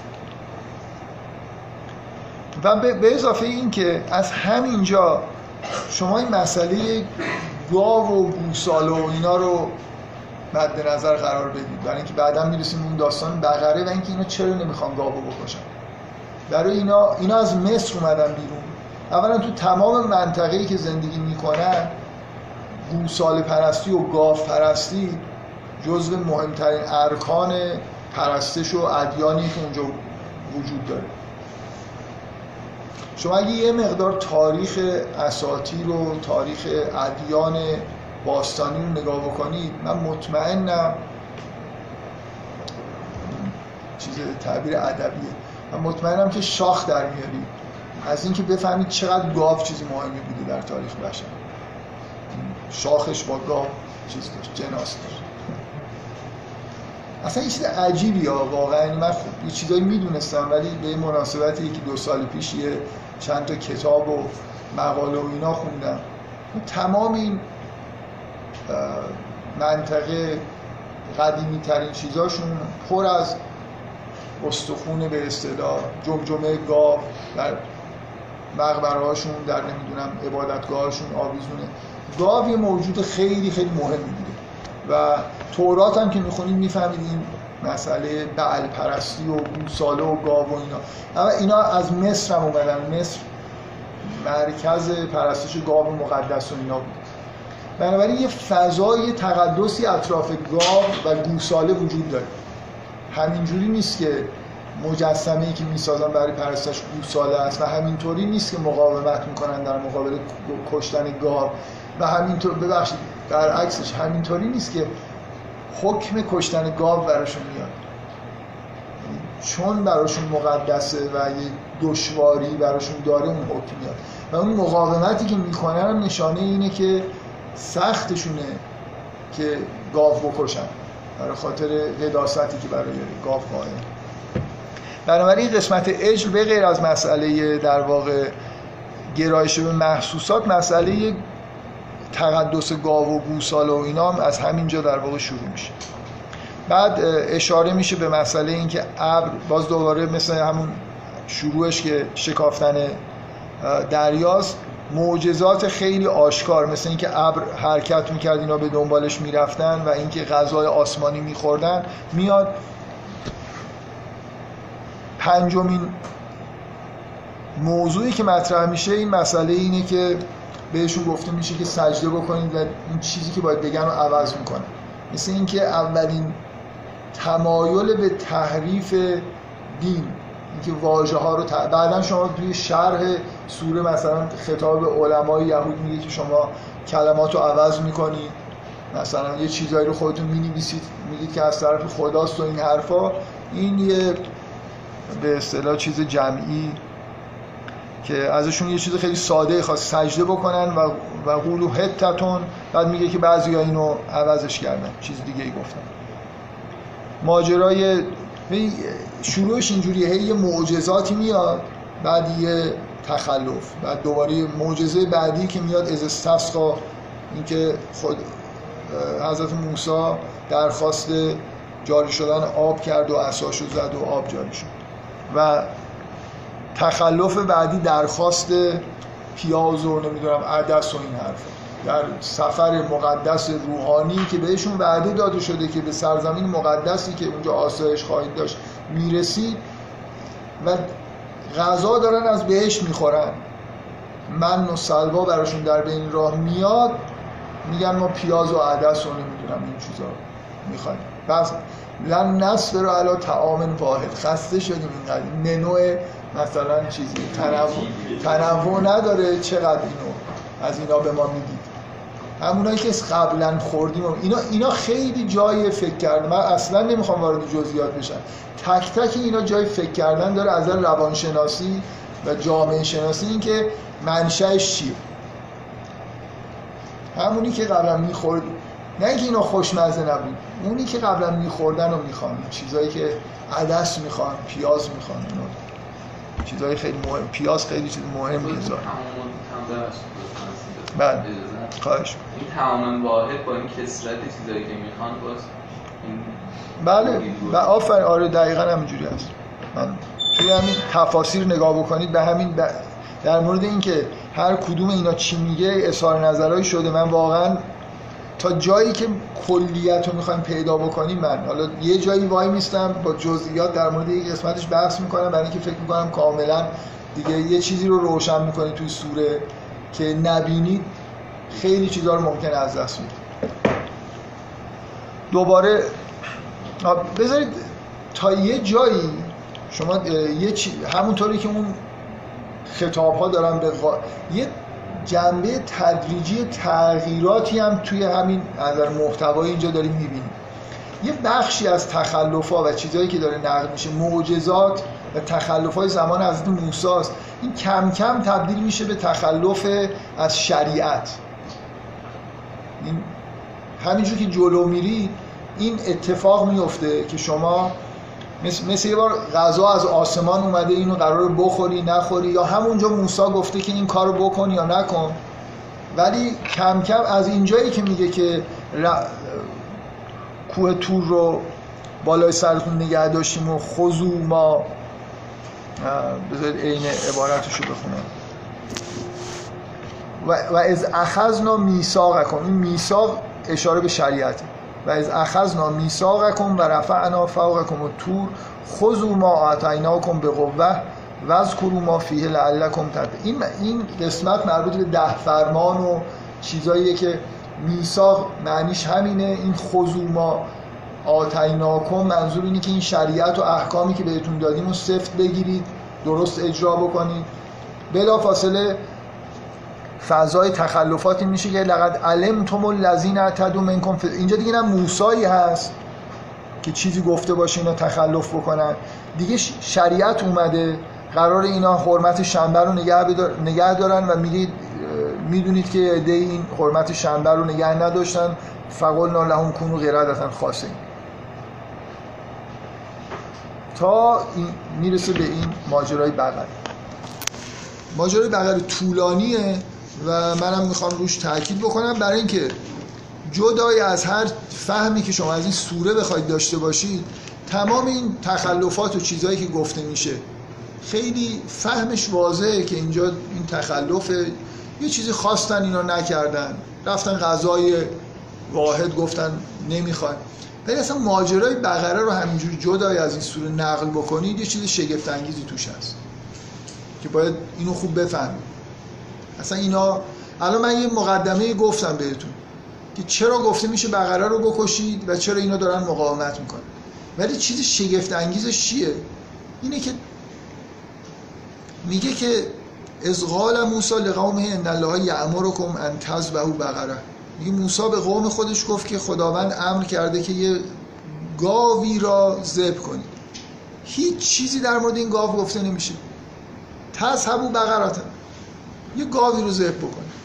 و به اضافه این که از همینجا شما این مسئله گاو و گوساله و اینا رو مد نظر قرار بدید، برای اینکه بعدا میرسیم اون داستان بقره و اینکه اینا چرا نمیخوان گاو بکشن. برای اینا اینا از مصر اومدن بیرون. اولا تو تمام منطقه‌ای که زندگی میکنن گوساله پرستی و گاو پرستی جزو مهمترین ارکان پرستش و ادیانی که اونجا وجود داره. شما اگه یه مقدار تاریخ اساطیر و تاریخ ادیان باستانی رو نگاه بکنید، من مطمئنم چیز تعبیر ادبیه، من مطمئنم که شاخ در میارید از اینکه بفهمید چقدر گاو چیزی مهمی بوده در تاریخ بشر. شاخش با گاو چیز داشت، جناس داشت. اصلا یه چیز عجیبی ها واقعا. من خب یه چیزایی میدونستم ولی به مناسبتی که دو سال پیش یه چند تا کتاب و مقاله و اینا خوندم. تمام این منطقه قدیمی ترین چیزاشون پر از استخونه به اصطلاح جمجمه گاو در مقبره هاشون، در نمیدونم عبادتگاهاشون آویزونه. گاو یه موجود خیلی خیلی مهمی بوده و تورات هم که میخونید میفهمید این مسئله بعل پرستی و گوساله و گاو و اینا. اما اینا از مصر هم اومدن. مصر مرکز پرستش گاو مقدس و اینا بود. بنابراین یه فضای تقدسی اطراف گاو و گوساله وجود داره. همینجوری نیست که مجسمه‌ای که میسازن برای پرستش گوساله است و همینطوری نیست که مقاومت میکنن در مقابل کشتن گاو و همینطور ببخشید برعکسش همینطوری نیست که حکم کشتن گاو براشون میاد، چون براشون مقدسه و یه دشواری براشون داره اون حکم میاد و اون مقاومتی که میکنن هم نشانه اینه که سختشونه که گاو بکشن برای خاطر قداستی که برای گاو قائل. بنابراین قسمت عجل به غیر از مسئله در واقع گرایش به محسوسات، مسئله تقدس گاو و گوساله و اینا هم از همینجا در واقع شروع میشه. بعد اشاره میشه به مسئله این که ابر، باز دوباره مثل همون شروعش که شکافتن دریاست، معجزات خیلی آشکار مثل اینکه ابر حرکت میکرد اینا به دنبالش میرفتن و اینکه غذای آسمانی میخوردن میاد. پنجمین موضوعی که مطرح میشه این مسئله اینه که بهشون گفته میشه که سجده بکنید و این چیزی که باید بگن رو عوض میکنن. مثل اینکه اولین تمایل به تحریف دین، اینکه واژه ها رو ت... بعدن شما توی شرح سوره مثلا خطاب علمای یهود میگه که شما کلمات رو عوض میکنید، مثلا یه چیزایی رو خودتون مینویسید میگید که از طرف خداست و این حرفا. این یه به اصطلاح چیز جمعی که ازشون یه چیز خیلی ساده خواست سجده بکنن و و قولو حتتون، بعد میگه که بعضیا اینو عوضش کردن چیز دیگه ای گفتن. ماجرای شروعش اینجوریه، هی یه معجزاتی میاد بعد یه تخلف، بعد دوباره معجزه بعدی که میاد از استسقا، اینکه خود حضرت موسی درخواست جاری شدن آب کرد و عصاشو زد و آب جاری شد، و تخلف بعدی درخواست پیاز و نمیدونم عدس و این حرفا در سفر مقدس روحانی که بهشون وعده داده شده که به سرزمین مقدسی که اونجا آسایش خواهید داشت میرسید و غذا دارن از بهشت میخورن، من و سلوا براشون در بین راه میاد، میگن ما پیاز و عدس و نمیدونم این چیزا میخوایم. بس لن نصبر علی طعام واحد، خسته شدیم اینقدر منو مثلا چیزی تنوع تنوع نداره، چقدر اینو از اینا به ما میدید. همونایی که قبلا خوردیم اینا اینا خیلی جای فکر کردن. من اصلا نمیخوام وارد جزئیات بشم، تک تک اینا جای فکر کردن داره از روانشناسی و جامعه شناسی، این که منشأش چیه. همونی که قبلا میخورد، نه اینکه اینا خوشمزه نبود، اونی که قبلا میخوردن رو میخوان، چیزایی که عدس میخوان، پیاز میخوان، اینا چیزای خیلی مهم. پیاز خیلی چیز مهمیه. بله خواهش. این تعامل واحد با این کثرت چیزایی که میخوان باز بله و آفرین، آره دقیقاً همینجوری هست. من توی همین تفاسیر نگاه بکنید به همین ب... در مورد اینکه هر کدوم اینا چی میگه اظهار نظرایی شده. من واقعاً تا جایی که کلیت رو میخوایم پیدا بکنیم، من حالا یه جایی وای میستم با جزئیات در مورد یک قسمتش بحث میکنم، برای اینکه فکر میکنم کاملا دیگه یه چیزی رو روشن میکنید توی سوره که نبینید خیلی چیزا رو ممکنه از دست بدید. دوباره بذارید تا یه جایی شما یه چی... همونطوری که اون خطاب ها دارن به غا... یه جنبه تدریجی تغییراتی هم توی همین نظر محتوایی اینجا داریم میبینیم. یه بخشی از تخلف‌ها و چیزایی که داره نقل میشه، معجزات و تخلف‌های زمان حضرت موسی است، این کم کم تبدیل میشه به تخلف از شریعت. این همینجور که جلو میری این اتفاق میفته که شما مثل, مثل یه بار غذا از آسمان اومده، اینو قراره بخوری نخوری، یا همونجا موسی گفته که این کارو بکن یا نکن، ولی کم کم از اینجایی که میگه که ر... کوه تور رو بالای سرتون نگه داشتیم و خذوا ما، بذارید عین عبارتشو بخونم، و, و از اخذنا میثاقکم، این میثاق اشاره به شریعته، و از اخذنا میثاقکم و رفعنا فوقکم الطور خذوا ما آتیناکم بقوة واذکروا ما فیه لعلکم تتقون. این این قسمت مربوط به ده فرمان و چیزاییه که میثاق معنیش همینه. این خذوا ما آتیناکم منظور اینه که این شریعت و احکامی که بهتون دادیم رو سفت بگیرید، درست اجرا بکنید. بلافاصله فضای تخلفاتی میشه که لقد علمتم الذین اعتدوا منکم، اینجا دیگه نه موسی هست که چیزی گفته باشه اینا تخلف بکنن، دیگه شریعت اومده، قرار اینا حرمت شنبه رو نگه, بدار... نگه دارن و میگید میدونید که عده این حرمت شنبه رو نگه نداشتن، فقلنا لهم کونوا قردة خاسئین، تا این میرسه به این ماجرای بقره. ماجرای بقره طولانیه و منم میخوام روش تاکید بکنم، برای اینکه جدای از هر فهمی که شما از این سوره بخواید داشته باشید، تمام این تخلفات و چیزهایی که گفته میشه خیلی فهمش واضحه که اینجا این تخلف یه چیزی خواستن اینا نکردن، رفتن غذای واحد گفتن نمیخوان. ولی اصلا ماجرای بقره رو همینجوری جدای از این سوره نقل بکنید یه چیز شگفت انگیزی توش هست که باید اینو خوب بفهمید. اصلا اینا الان من یه مقدمه گفتم بهتون که چرا گفته میشه بقره رو بکشید و چرا اینا دارن مقاومت میکنن، ولی چیز شگفت انگیزش چیه؟ اینه که میگه که از قال موسی لقومه ان الله یأمرکم ان تذبحوا بقره. میگه موسی به قوم خودش گفت که خداوند امر کرده که یه گاوی را ذبح کنید. هیچ چیزی در مورد این گاو گفته نمیشه. تذبحوا بقره، یه گاوی رو ذبح بکنید.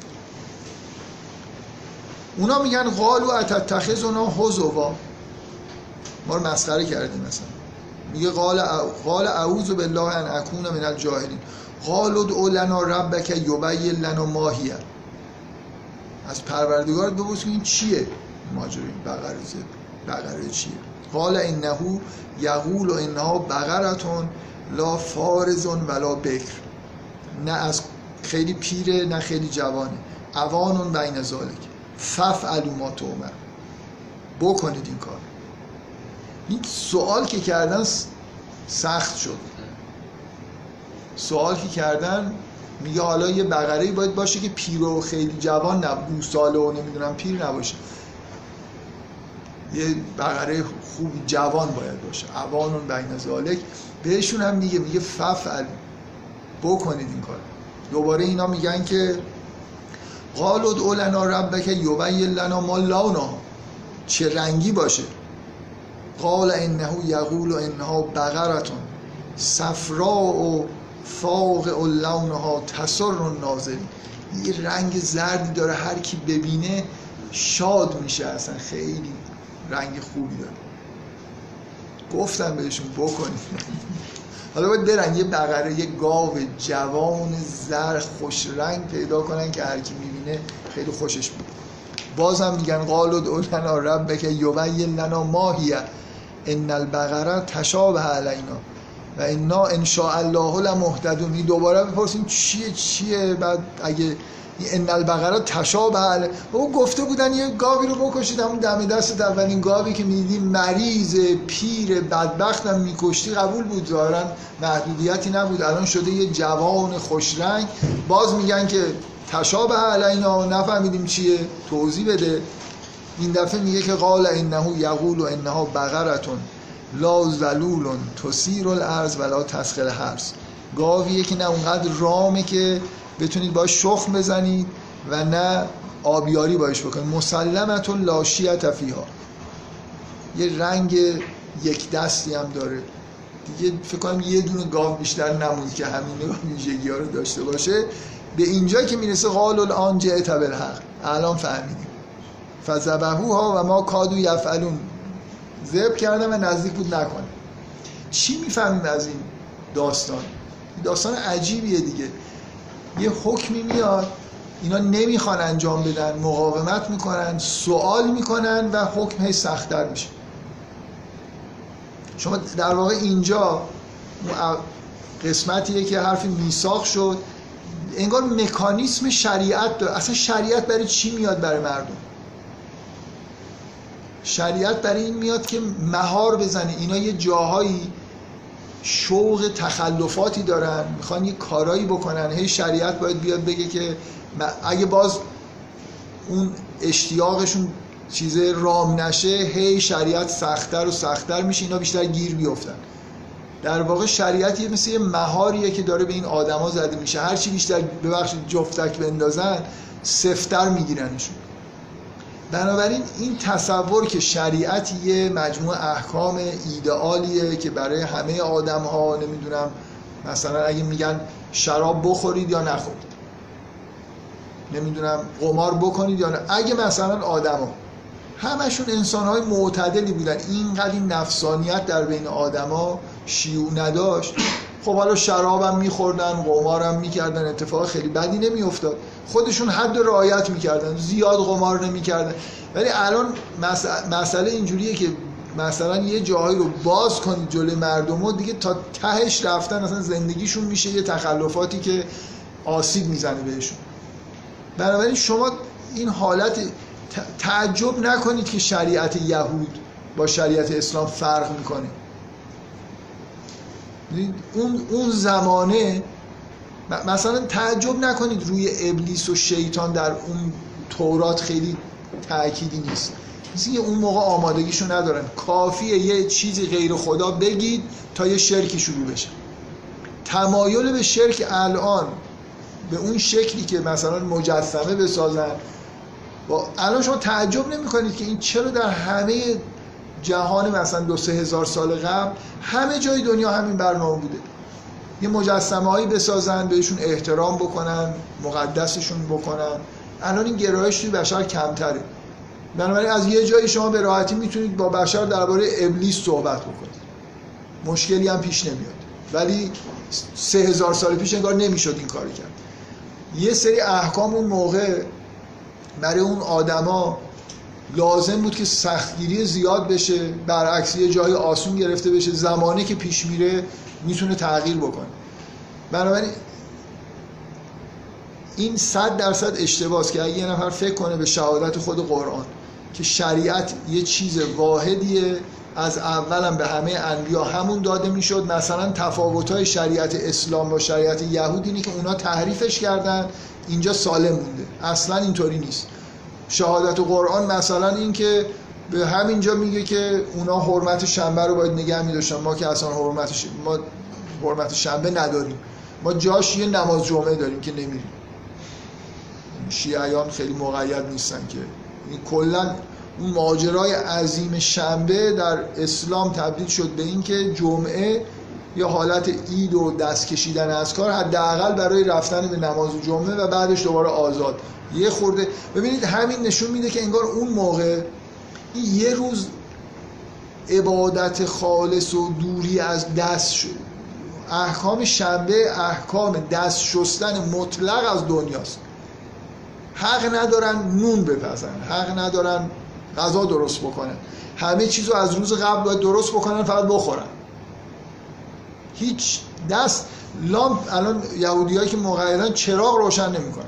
اونا میگن قالوا اتتخذنا هزوا، ما رو مسخره کردیم. مثلا میگه قال قال اعوذ بالله ان اکون من الجاهلین. قالوا ادع لنا ربک یبین لنا ما هی. از پروردگارت بپرس که این چیه ماجرا این بقره ذبح، بقره چیه؟ قال انه یقول انها بقره لا فارض ولا بکر، نه از خیلی پیره نه خیلی جوانه، اوان بین ذالک ففعلوا ما تؤمر، بکنید این کار. این سوال که کردن سخت شد. سوال که کردن میگه حالا یه بقره‌ای باید باشه که پیر و خیلی جوان نه، دو ساله و نمیدونم پیر نباشه، یه بقره خوب جوان باید باشه، اوانون بین ذالک. بهشون هم میگه میگه ففعل، بکنید این کار. دوباره اینا میگن که قالوا ادع لنا ربک یبین لنا ما لونها، چه رنگی باشه. قال انه یقول انها بقره صفراء فاقع لونها تسر الناظرین. یه رنگ زردی داره، هر کی ببینه شاد میشه، اصلا خیلی رنگ خوبی داره. گفتم بهشون بکنید. حالا باید برن یه بقره، یه گاو جوان زرد خوش رنگ پیدا کنن که هر کی میبینه خیلی خوشش میاد. بازم میگن قالوا ادع لنا ربک یبین لنا ما هی ان البقره تشابه علینا و انا ان شاء الله لمهتدون. دوباره بپرسیم چیه چیه بعد اگه ان البقره تشابه علی، او گفته بودن یه گاوی رو بکشید، همون دم دست اولین گاوی که میدیدی مریض پیر بدبختم میکشتی قبول بود، ظاهرا محدودیتی نبود. الان شده یه جوان خوش رنگ، باز میگن که تشابه علینا، نفهمیدیم چیه، توضیح بده. این دفعه میگه که قال انه یقول انها بقره لا ذلول تثیر الارض ولا تسقی الحرث. گاویه که نه اونقدر رامه که بتونید باش شخم بزنید و نه آبیاری باش بکنید. مسلمه لا شیة فیها، یه رنگ یک دستی هم داره دیگه. فکر کنم یه دونه گاو بیشتر نموند که همین ویژگی‌ها رو داشته باشه. به اینجا که میرسه قال الان جئت بالحق، الان فهمیدیم. فذبحوها و ما کادوا یفعلون، ذبح کردم و نزدیک بود نکنه. چی میفهمیم از این داستان؟ داستان عجیبیه دیگه. یه حکمی میاد، اینا نمیخوان انجام بدن، مقاومت میکنن، سوال میکنن و حکم هی سخت‌تر میشه. شما در واقع اینجا قسمتیه که حرف میثاق شد، انگار مکانیسم شریعت داره. اصلا شریعت برای چی میاد برای مردم؟ شریعت برای این میاد که مهار بزنه. اینا یه جاهایی شوق تخلفاتی دارن، میخوان یه کارایی بکنن، هی شریعت باید بیاد بگه که اگه باز اون اشتیاقشون چیزه رام نشه، هی شریعت سخت‌تر و سخت‌تر میشه، اینا بیشتر گیر بیفتن. در واقع شریعت یه مثل یه مهاریه که داره به این آدما زده میشه، هر چی بیشتر ببخشید جفتک بندازن سفت‌تر میگیرنشون. بنابراین این تصور که شریعت یه مجموعه احکام ایدئالیه که برای همه آدم‌ها، نمیدونم مثلا اگه میگن شراب بخورید یا نخورید، نمیدونم قمار بکنید یا نه، اگه مثلا آدم‌ها همشون انسان‌های معتدلی بودن، اینقدر این نفسانیت در بین آدم‌ها شیوع نداشت، خب حالا شرابم می‌خوردن، قمارم می‌کردن، اتفاق خیلی بدی نمی‌افتاد، خودشون حد رعایت می‌کردن، زیاد قمار نمی‌کردن. ولی الان مسئله اینجوریه که مثلا یه جایی رو باز کنید جلوی مردم و دیگه تا تهش رفتن اصلا زندگیشون میشه یه تخلفاتی که آسیب میزنه بهشون. بنابراین شما این حالت تعجب نکنید که شریعت یهود با شریعت اسلام فرق میکنه. اون اون زمانه مثلا تعجب نکنید روی ابلیس و شیطان در اون تورات خیلی تأکیدی نیست، مثل که اون موقع آمادگیشو ندارن، کافیه یه چیزی غیر خدا بگید تا یه شرکی شروع بشه. تمایل به شرک الان به اون شکلی که مثلا مجسمه بسازن، الان شما تعجب نمی کنید که این چرا در همه جهان مثلا دو سه هزار سال قبل همه جای دنیا همین برنامه بوده، یه مجسمه هایی بسازن، بهشون احترام بکنن، مقدسشون بکنن. الان این گرایش توی بشر کمتره، بنابراین از یه جایی شما به راحتی میتونید با بشر درباره ابلیس صحبت بکنید، مشکلی هم پیش نمیاد. ولی سه هزار سال پیش انگار نمیشد این کاری کرد. یه سری احکام اون موقع برای اون آدما لازم بود که سختگیری زیاد بشه، برعکس یه جای آسون گرفته بشه، زمانی که پیش میره میتونه تغییر بکنه. بنابراین این صد درصد اشتباهه که اگه یه نفر فکر کنه به شهادت خود قرآن که شریعت یه چیز واحدیه، از اولم به همه انبیا همون داده میشد، مثلا تفاوت‌های شریعت اسلام با شریعت یهود اینه که اونا تحریفش کردن، اینجا سالم مونده. اصلا اینطوری نیست. شهادت قرآن مثلا این که به همینجا میگه که اونا حرمت شنبه رو باید نگه می‌داشتن، ما که اصلا حرمت ش... ما حرمت شنبه نداریم، ما جاش یه نماز جمعه داریم که نمیریم. شیعیان خیلی مقید نیستن که این کلا اون ماجرای عظیم شنبه در اسلام تبدیل شد به این که جمعه یا حالت عید و دست کشیدن از کار حداقل برای رفتن به نماز جمعه و بعدش دوباره آزاد. یه خورده ببینید همین نشون میده که انگار اون موقع یه روز عبادت خالص و دوری از دست شد. احکام شنبه احکام دست شستن مطلق از دنیاست. حق ندارن نون بپزن، حق ندارن غذا درست بکنن، همه چیزو از روز قبل باید درست بکنن، فقط بخورن. هیچ دست لامپ، الان یهودیایی که مقیدن چراغ روشن نمیکنن،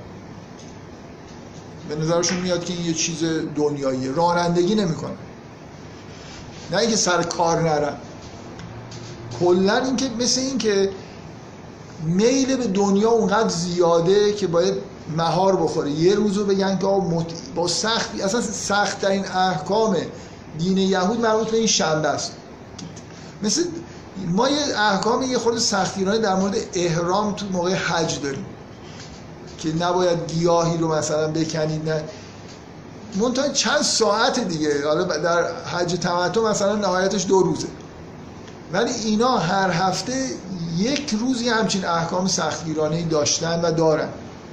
به نظرشون میاد که این یه چیز دنیاییه. رانندگی نمیکنن، نه اینکه سر کار نرن، کلا اینکه مثل این که میل به دنیا اونقدر زیاده که باید مهار بخوره. یه روزو بگن که با سختی، اصلا سخت ترین احکام دین یهود مربوط به این شنبه است. مثل ما یه احکام یه خورده سختگیرانه در مورد احرام تو موقع حج داریم که نباید گیاهی رو مثلا بکنید، نه منتها چند ساعت دیگه، حالا در حج تمتع مثلا نهایتش دو روزه، ولی اینا هر هفته یک روزی همچین احکام سختگیرانه‌ای داشتن و دارن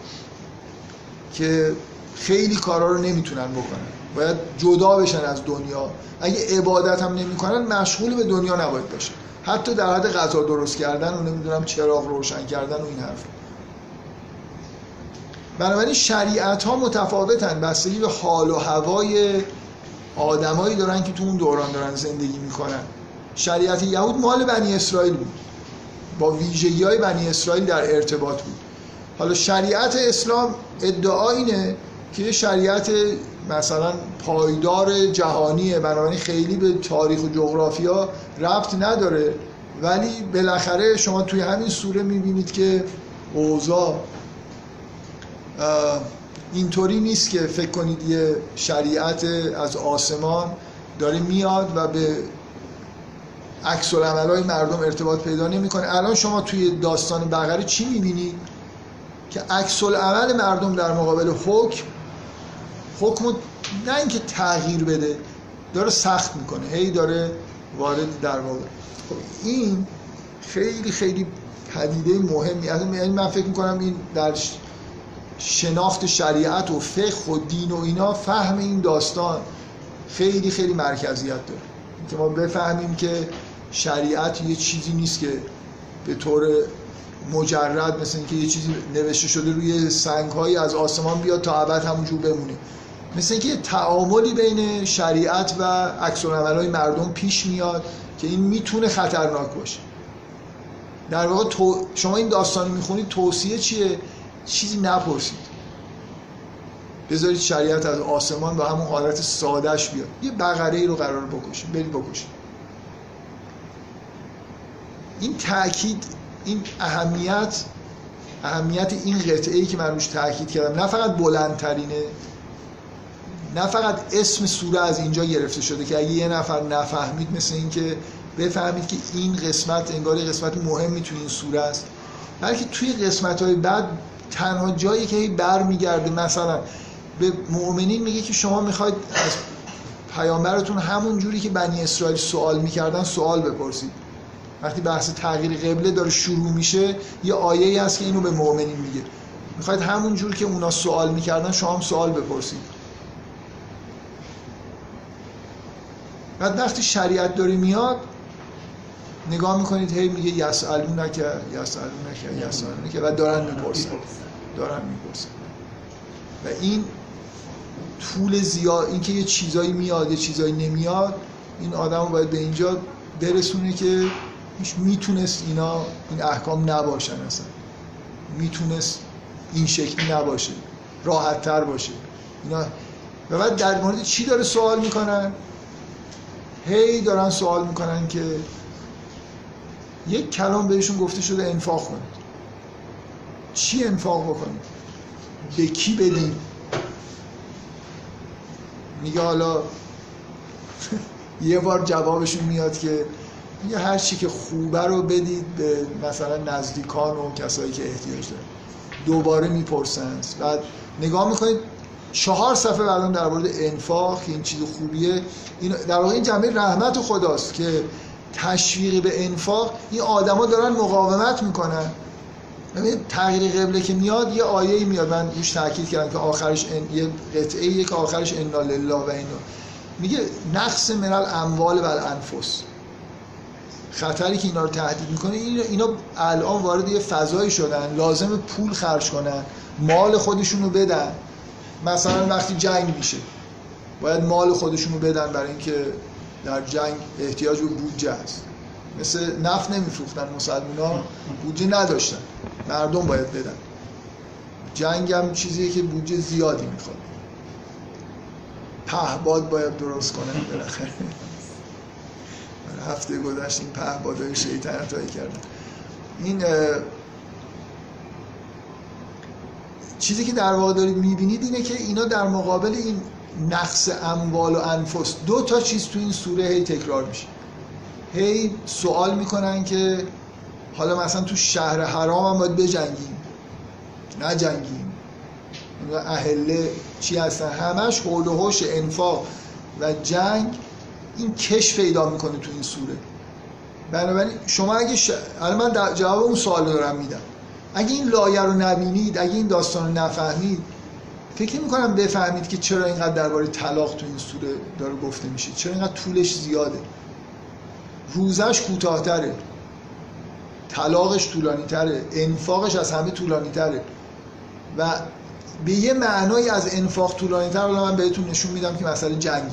که خیلی کارا رو نمیتونن بکنن، باید جدا بشن از دنیا. اگه عبادت هم نمیکنن مشغول به دنیا نباید باشن، حتی در حد غذا درست کردن و نمیدونم چراغ روشن کردن و این حرف. بنابراین شریعت ها متفاوتن، بستگی به حال و هوای آدمایی دارن که تو اون دوران دارن زندگی میکنن. شریعت یهود مال بنی اسرائیل بود، با ویژگی های بنی اسرائیل در ارتباط بود. حالا شریعت اسلام ادعا اینه که یه شریعت مثلا پایدار جهانیه، بنابراین خیلی به تاریخ و جغرافیا ربط نداره، ولی بالاخره شما توی همین سوره میبینید که اوضاع اینطوری نیست که فکر کنید یه شریعت از آسمان داره میاد و به عکس العمل‌های مردم ارتباط پیدا نمی‌کنه. الان شما توی داستان بقره چی می‌بینید؟ که عکس العمل مردم در مقابل حکم، حکمو نه اینکه تغییر بده، داره سخت میکنه، هی داره وارد در واقع. این خیلی خیلی پدیده مهمی، یعنی من فکر میکنم این در شناخت شریعت و فقه و دین و اینا فهم این داستان خیلی خیلی مرکزیت داره، که ما بفهمیم که شریعت یه چیزی نیست که به طور مجرد مثل اینکه یه چیزی نوشته شده روی سنگ‌هایی از آسمان بیاد تا ابد همونجور بمونه. مثل اینکه تعاملی بین شریعت و عکس‌العمل‌های مردم پیش میاد که این میتونه خطرناک باشه. در واقع تو... شما این داستان میخونید، توصیه چیه؟ چیزی نپرسید، بذارید شریعت از آسمان با همون حالت سادهش بیاد. یه بقره ای رو قرار بکشید، برید بکشید. این تأکید، این اهمیت اهمیت این قطعه‌ای که من روش تأکید کردم، نه فقط بلندترینه، نه فقط اسم سوره از اینجا گرفته شده که اگه یه نفر نفهمید مثل این که بفهمید که این قسمت انگاری قسمت مهمی توی این سوره است، بلکه توی قسمت‌های بعد تنها جایی که بر میگرده مثلا به مؤمنین میگه که شما میخواید از پیامبرتون همون جوری که بنی اسرائیل سوال میکردن سوال بپرسید. وقتی بحث تغییر قبله داره شروع میشه، یه آیه‌ای هست که اینو به مؤمنین میگه، میخواید همون جور که اونا سوال میکردن شما هم سوال بپرسید. بعد وقتی شریعت داره میاد نگاه میکنید هی میگه یسألونک یسألونک یسألونک و دارن میپرسن دارن میپرسن و این طول زیاد، این که یه چیزایی میاد یه چیزایی نمیاد، این آدم رو باید به اینجا برسونه که میتونست اینا این احکام نباشن، اصلا میتونست این شکلی نباشه، راحت تر باشه اینا. و بعد در مورد چی داره سوال میکنن؟ هی دارن سوال میکنن که یک کلام بهشون گفته شده انفاق کنید. چی انفاق بکنید؟ به کی بدیم؟ میگه حالا یه بار جوابشون میاد که میگه هر چی که خوبه رو بدید به مثلا نزدیکان و کسایی که احتیاج دارن. دوباره میپرسن، بعد نگاه میکنید چهار صفحه بعدم در مورد انفاق که این چیز خوبیه. این در واقع این جنبه رحمت خداست که تشویق به انفاق. این آدما دارن مقاومت میکنن. ببین تغییر قبله که میاد یه آیه‌ای میاد، من روش تاکید کردم که آخرش ان... یه قطعه‌ایه که آخرش انا لله و اینا میگه نقص من الاموال و الانفس، خطری که اینا رو تهدید میکنه. اینا الان وارد یه فضایی شدن لازم پول خرج کنن، مال خودشون رو بدن. مثلا وقتی جنگ میشه باید مال خودشون رو بدن برای اینکه در جنگ احتیاج به بودجه هست. مثل نفت نمیفروختن مسلمان‌ها، بودجه نداشتن، مردم باید بدن. جنگ هم چیزیه که بودجه زیادی میخواد، پهباد باید درست کنن بالاخره. هفته گذشت این پهبادهای شیطنتایی کردن. این چیزی که در واقع دارید میبینید اینه که اینا در مقابل این نقص اموال و انفس دو تا چیز تو این سوره هی تکرار میشه. هی سوال میکنن که حالا مثلا تو شهر حرام هم باید بجنگیم، نه جنگیم، اهله چی هستن؟ همش حول و حوش انفاق و جنگ این کش پیدا میکنه تو این سوره. بنابراین شما اگه ش... الان من جواب اون سوال رو دارم میدم، اگه این لایه رو نبینید، اگه این داستان رو نفهمید، فکر نمی‌کنم بفهمید که چرا اینقدر درباره طلاق تو این سوره داره گفته میشه، چرا اینقدر طولش زیاده، روزش کوتاه‌تره، طلاقش طولانی‌تره، انفاقش از همه طولانی‌تره و به یه معنایی از انفاق طولانی‌تر رو من بهتون نشون میدم که مسئله جنگه.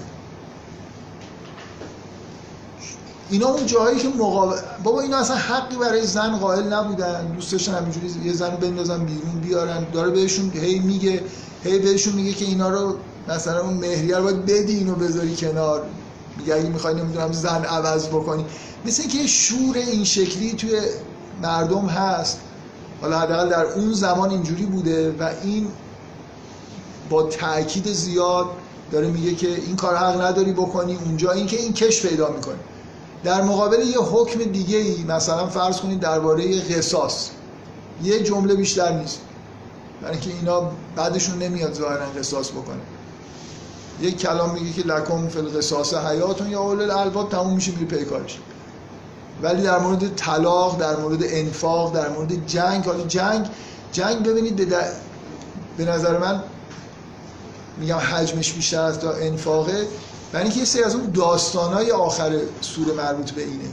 اینا اون جاهایی که مقابل بابا اینا اصلا حقی برای زن قائل نبودن، دوست داشتن همینجوری یه زن رو بندازن بیرون بیارن، داره بهشون هی میگه هی بهشون میگه که اینا رو مثلا اون مهریه رو باید بدی، اینو بذاری کنار، میگه اگه میخوای نمیدونم زن عوض بکنی. مثل اینکه شور این شکلی توی مردم هست، حالا حداقل در اون زمان اینجوری بوده و این با تأکید زیاد داره میگه که این کار حق نداری بکنی اونجا، این که این کش پیدا میکنه. در مقابل یه حکم دیگه ای مثلا فرض کنید درباره قصاص یه جمله بیشتر نیست، برای اینکه اینا بعدشون نمیاد ظاهرا قصاص بکنه، یک کلام میگه که لکم فی القصاص حیاتون یا اولل الالباب، تموم میشه میره پی کارش. ولی در مورد طلاق، در مورد انفاق، در مورد جنگ، حالا جنگ جنگ ببینید به, به نظر من میگم حجمش بیشتر از تا انفاقه، برای اینکه یه سری از اون داستانای آخر سوره مربوط به اینه.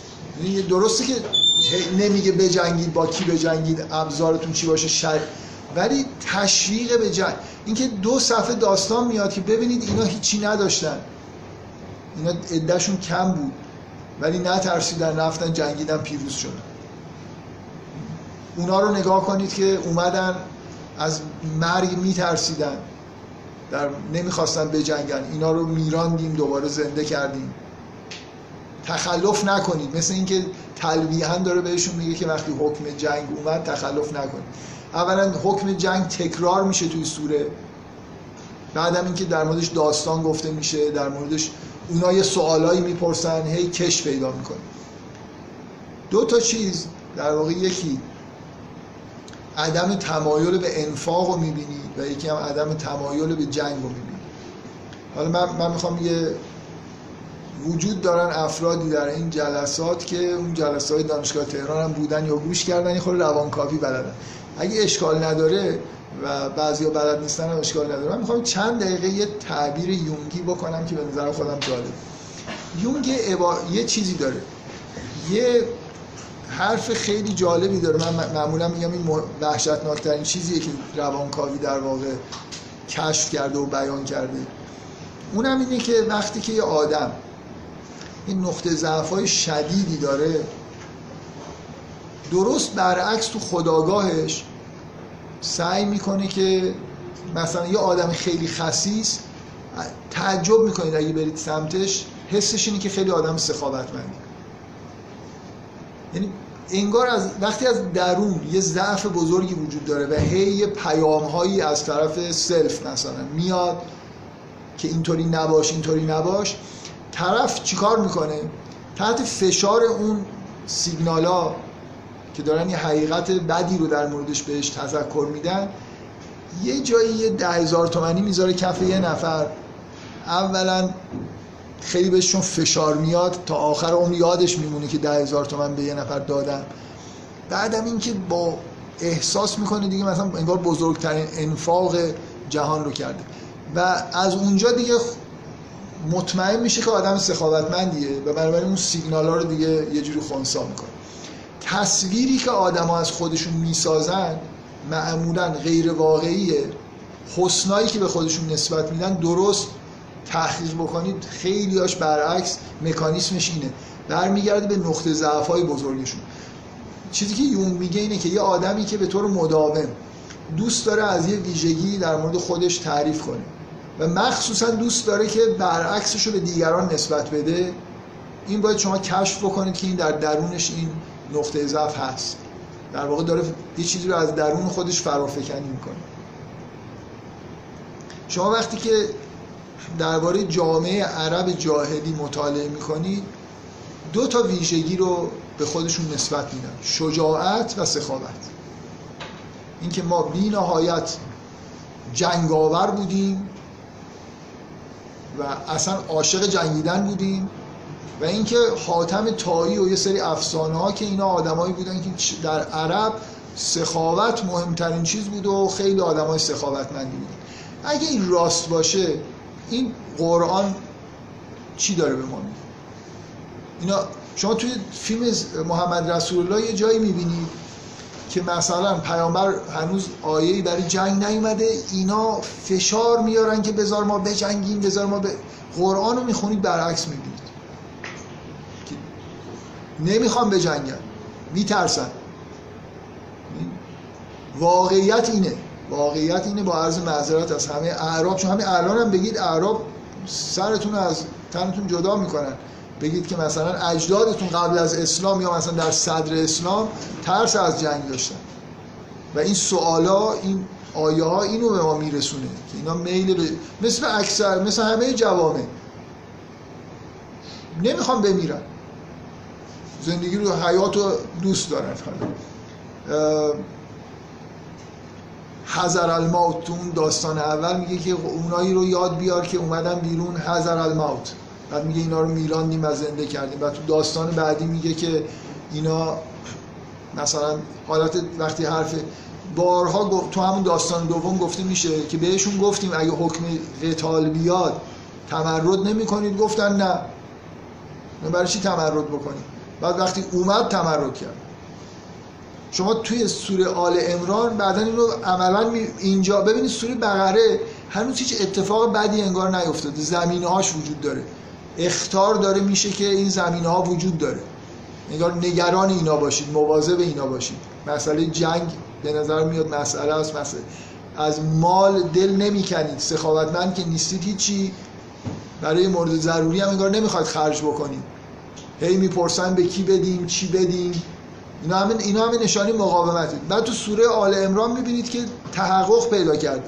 یعنی درسته که نمیگه بجنگید، با کی بجنگید، ابزارتون چی باشه، شر... ولی تشویق به جنگ، اینکه دو صفحه داستان میاد که ببینید اینا هیچی نداشتن، اینا عده‌شون کم بود ولی نترسیدن، رفتن جنگیدن، پیروز شدن. اونا رو نگاه کنید که اومدن از مرگ میترسیدن، در نمیخواستن بجنگن، اینا رو میراندیم دوباره زنده کردیم. تخلف نکنید، مثل اینکه تلویحاً داره بهشون میگه که وقتی حکم جنگ اومد تخلف نکنید. اولا حکم جنگ تکرار میشه توی سوره، بعدم اینکه در موردش داستان گفته میشه، در موردش اونا یه سوالایی میپرسن، هی کش پیدا میکنه. دو تا چیز در واقع، یکی عدم تمایل به انفاق رو میبینید و یکی هم عدم تمایل به جنگ رو میبینید. حالا من, من میخوام یه وجود دارن افرادی در این جلسات که اون جلسات های دانشگاه تهران هم بودن یا گوش کردن، یه خورده روانکاوی بلدن. اگه اشکال نداره و بعضیا بلد نیستن هم اشکال نداره، من میخوام چند دقیقه یه تعبیر یونگی بکنم که به نظر خودم جالب. یونگ عبا... یه چیزی داره، یه حرف خیلی جالبی داره. من معمولا میگم این وحشتناکترین چیزیه که روانکاوی در واقع کشف کرده و بیان کرده. اونم اینه که وقتی که یه آدم این نقطه ضعف‌های شدیدی داره، درست برعکس تو خودآگاهش سعی میکنه که مثلا یه آدم خیلی خسیس، تعجب میکنید اگه برید سمتش، حسش اینه که خیلی آدم سخاوتمندی. یعنی انگار از وقتی از درون یه ضعف بزرگی وجود داره و هی یه پیام‌هایی از طرف سلف مثلا میاد که اینطوری نباش اینطوری نباش، طرف چیکار میکنه؟ تحت فشار اون سیگنالا که دارن یه حقیقت بدی رو در موردش بهش تذکر میدن، یه جایی یه ده هزار تومانی میذاره کف یه نفر. اولا خیلی بهشون فشار میاد، تا آخر عمر یادش میمونه که ده هزار تومن به یه نفر دادم. بعدم این که با احساس میکنه دیگه مثلا انگار بزرگترین انفاق جهان رو کرده و از اونجا دیگه مطمئن میشه که آدم سخاوتمندیه و بنابراین اون سیگنالا رو دیگه یه جوری خنثی میکنه. تصویری که آدما از خودشون میسازن معمولا غیر واقعیه. حسنایی که به خودشون نسبت میدن درست تحقیق بکنید خیلیاش برعکس مکانیسمش اینه، برمیگرده به نقطه ضعف‌های بزرگشون. چیزی که یونگ میگه اینه که یه آدمی که به طور مداوم دوست داره از یه ویژگی در مورد خودش تعریف کنه و مخصوصا دوست داره که برعکسش رو به دیگران نسبت بده، این باید شما کشف بکنید که این در درونش این نقطه ضعف هست. در واقع داره یه چیزی رو از درون خودش فرافکنی میکنه. شما وقتی که درباره جامعه عرب جاهلی مطالعه میکنید، دو تا ویژگی رو به خودشون نسبت میدن: شجاعت و سخاوت. اینکه ما بی نهایت جنگاور بودیم و اصلا عاشق جنگیدن بودیم و اینکه حاتم طایی و یه سری افسانه ها که اینا آدمایی بودن که در عرب سخاوت مهمترین چیز بود و خیلی آدمای سخاوتمندی بودن. اگه این راست باشه، این قرآن چی داره به ما میگه؟ اینا شما توی فیلم محمد رسول الله یه جایی میبینید که مثلا پیامبر هنوز آیه‌ای برای جنگ نیومده، اینا فشار میارن که بذار ما بجنگیم، بذار ما ب... قرآن رو میخونید برعکس میبینید که نمیخوان بجنگن، میترسن. واقعیت اینه واقعیت اینه با عرض معذرت از همه اعراب، چون همه الان هم بگید اعراب سرتون از تنتون جدا میکنن، بگید که مثلا اجدادتون قبل از اسلام یا مثلا در صدر اسلام ترس از جنگ داشتن و این سوالا، این آیه ها اینو به ما میرسونه که اینا میل به، مثل اکثر مثل همه جوامع نمیخوان بمیرن، زندگی رو، حیات رو دوست دارن. حذر الموت تو اون داستان اول میگه که اونایی رو یاد بیار که اومدن بیرون، حذر الموت، بعد میگه اینا رو میراندیم و زنده کردیم. و تو داستان بعدی میگه که اینا مثلا حالت وقتی حرف بارها تو همون داستان دوم گفته میشه که بهشون گفتیم اگه حکم قتال بیاد تمرد نمی کنید، گفتن نه، برای چی تمرد بکنید؟ بعد وقتی اومد تمرد کرد. شما توی سوره آل عمران بعدن اینو عملاً اینجا ببینید سوره بقره هنوز هیچ اتفاق بدی انگار نیفتاده، زمینه‌هاش وجود داره، اخطار داره میشه که این زمینه‌ها وجود داره، انگار نگران اینا باشید، مواظب اینا باشید. مسئله جنگ به نظر میاد مسئله است، مسئله از مال دل نمیکنید، سخاوتمند که نیستید، هیچی برای مورد ضروری هم انگار نمیخواید خرج بکنید، هی میپرسن به کی بدیم چی بدیم، اینا همه اینا همه نشانی مقاومته. بعد تو سوره آل عمران میبینید که تحقق پیدا کرده،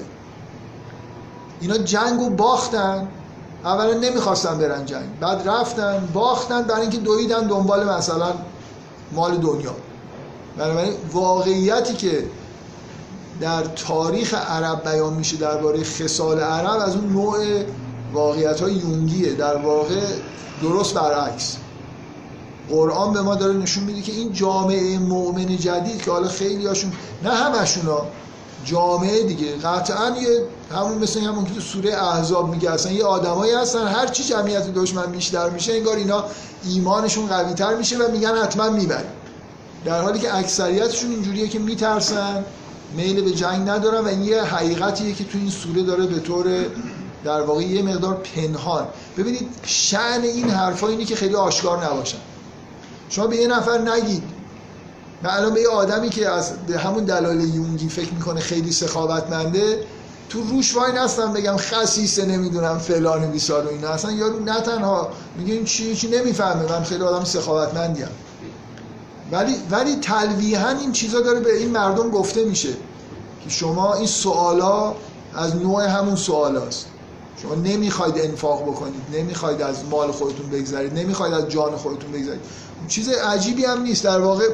اینا جنگو باختن، اولا نمیخواستن برن جنگ، بعد رفتن باختن برای اینکه دویدن دنبال مثلا مال دنیا. بنابراین واقعیتی که در تاریخ عرب بیان میشه درباره خصال عرب از اون نوع واقعیت‌های یونگیه، در واقع درست برعکس. قرآن به ما داره نشون میده که این جامعه مؤمن جدید که حالا خیلی هاشون، نه همشونا، جامعه دیگه قطعاً یه همون مثل همون که تو سوره احزاب میگه اصلا یه آدمایی هستن هر چی جمعیت دشمن بیشتر میشه انگار اینا ایمانشون قوی‌تر میشه و میگن حتما میبریم، در حالی که اکثریتشون اینجوریه که میترسن، میل به جنگ ندارن و این یه حقیقتیه که تو این سوره داره به طور در واقع یه مقدار پنهان. ببینید شأن این حرفا اینه که خیلی آشکار نباشن. شما به یه نفر نگید، من الان به یه آدمی که از به همون دلایل یونگی فکر میکنه خیلی سخاوتمنده تو روش وای نستم بگم خسیسه نمیدونم فلان و بیسار و اینا، اصلا یارو نه تنها میگه این چی چی نمیفهمه من خیلی آدم سخاوتمندیم، ولی ولی تلویحاً این چیزا داره به این مردم گفته میشه که شما این سوالا از نوع همون سوالاست، شما نمیخواید انفاق بکنید، نمیخواید از مال خودتون بگذارید، نمیخواید از جان خودتون بگذارید. چیز عجیبی هم نیست، در واقع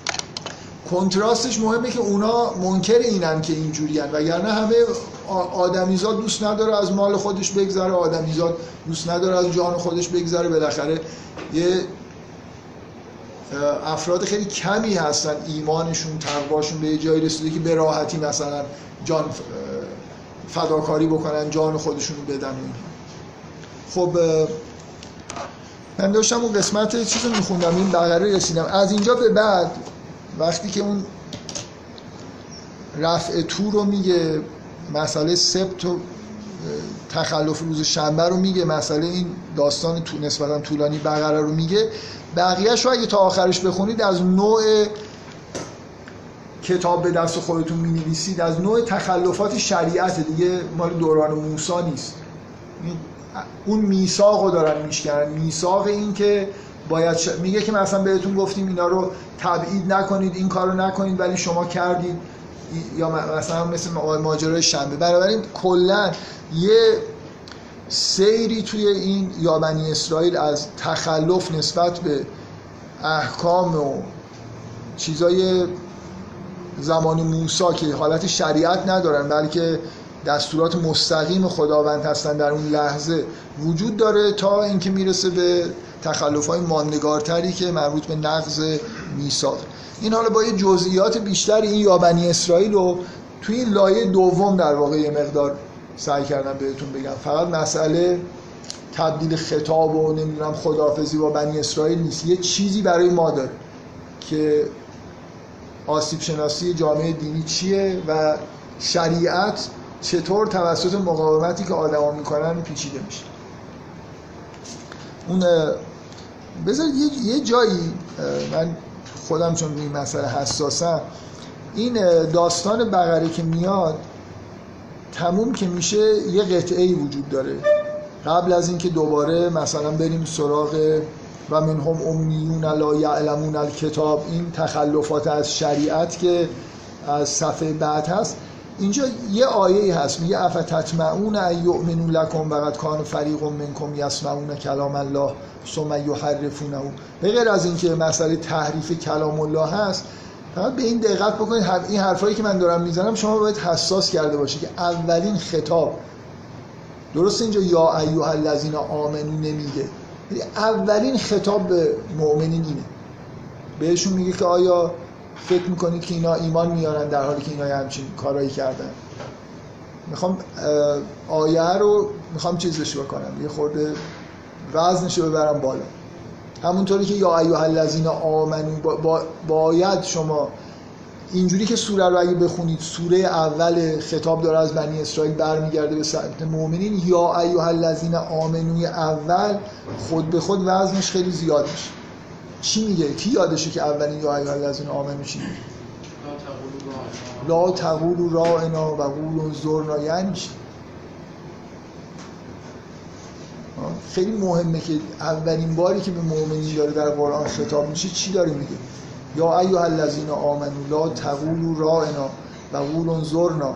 کنتراستش مهمه که اونا منکر اینن که اینجوری ان، وگرنه همه آدمیزاد دوست نداره از مال خودش بگذاره، آدمیزاد دوست نداره از جان خودش بگذاره. بالاخره یه افراد خیلی کمی هستن ایمانشون تقواشون به یه جایی رسیده که به راحتی مثلا جان فداکاری بکنن، جان خودشون رو بدن. خب من داشتم اون قسمت چیز رو میخوندم، این بقره رسیدم. از اینجا به بعد وقتی که اون رفع تور رو میگه، مسئله سبت و تخلف روز شنبه رو میگه، مسئله این داستان تو نسبتا طولانی بقره رو میگه، بقیه‌اش رو اگه تا آخرش بخونید از نوع کتاب به دست خودتون می‌نویسید، از نوع تخلفات شریعت دیگه، مال دوران موسی نیست. اون میثاق رو دارن میشکنن، میثاق این که باید ش... میگه که مثلا بهتون گفتیم اینا رو تبعید نکنید، این کارو نکنید، ولی شما کردید، یا مثلا مثل ماجرای شنبه. بنابراین کلا یه سیری توی این یا بنی اسرائیل از تخلف نسبت به احکام و چیزای زمان موسی که حالت شریعت ندارن بلکه دستورات مستقیم خداوند هستن در اون لحظه وجود داره، تا اینکه میرسه به تخلف‌های ماندگارتری که مربوط به نقض میثاق. این حالا با یه جزئیات بیشتر این یا بنی اسرائیل رو توی این لایه دوم در واقع یه مقدار سعی کردم بهتون بگم. فقط مسئله تبدیل خطاب و نمیدونم خداحافظی با بنی اسرائیل نیست، یه چیزی برای ما داره که آسیب شناسی جامعه دینی چیه و شریعت چطور توسط مقاومتی که آدما میکنن پیچیده میشه. اون بذارید یه, یه جایی من خودم چون این مسئله حساسم، این داستان بقره که میاد تموم که میشه یه قطعه‌ای وجود داره قبل از اینکه دوباره مثلا بریم سراغ و منهم امیون لا یعلمون الکتاب، این تخلفات از شریعت که از صفحه بعد هست. اینجا یه آیه‌ای هست میگه افتطمعون ان یؤمنوا لکم وقد کان فریق منکم یسمعون کلام الله ثم یحرفونه. به غیر از اینکه مسئله تحریف کلام الله هست، فقط به این دقت بکنید این حرفایی که من دارم میزنم شما باید حساس کرده باشید که اولین خطاب، درسته اینجا یا ایها الذین آمنو نمیگه، اولین خطاب به مؤمنین اینه، بهشون میگه که آیا فکر میکنید که اینا ایمان میارن در حالی که اینا همچین کارایی کردن. میخوام آیه رو میخوام چیزش بکنم، یه خورده وزنشو ببرم بالا. همونطوری که یا ایها الذین آمنو با باید شما اینجوری که سوره رو اگه بخونید، سوره اول خطاب داره از بنی اسرائیل برمیگرده به سمت مؤمنین. یا ایها الذین آمنوی اول خود به خود وزنش خیلی زیاد میشه. چی میگه؟ کی یادشه که اولین یا ایها الذین آمنو چی میگه؟ لا تقولوا راعنا و قولوا انظرنا. یعنی چی؟ خیلی مهمه که اولین باری که به مؤمنین داره در قرآن خطاب میشه چی داره میگه؟ یا ایها الذین آمنوا لا تقولوا راعنا و قولوا انظرنا.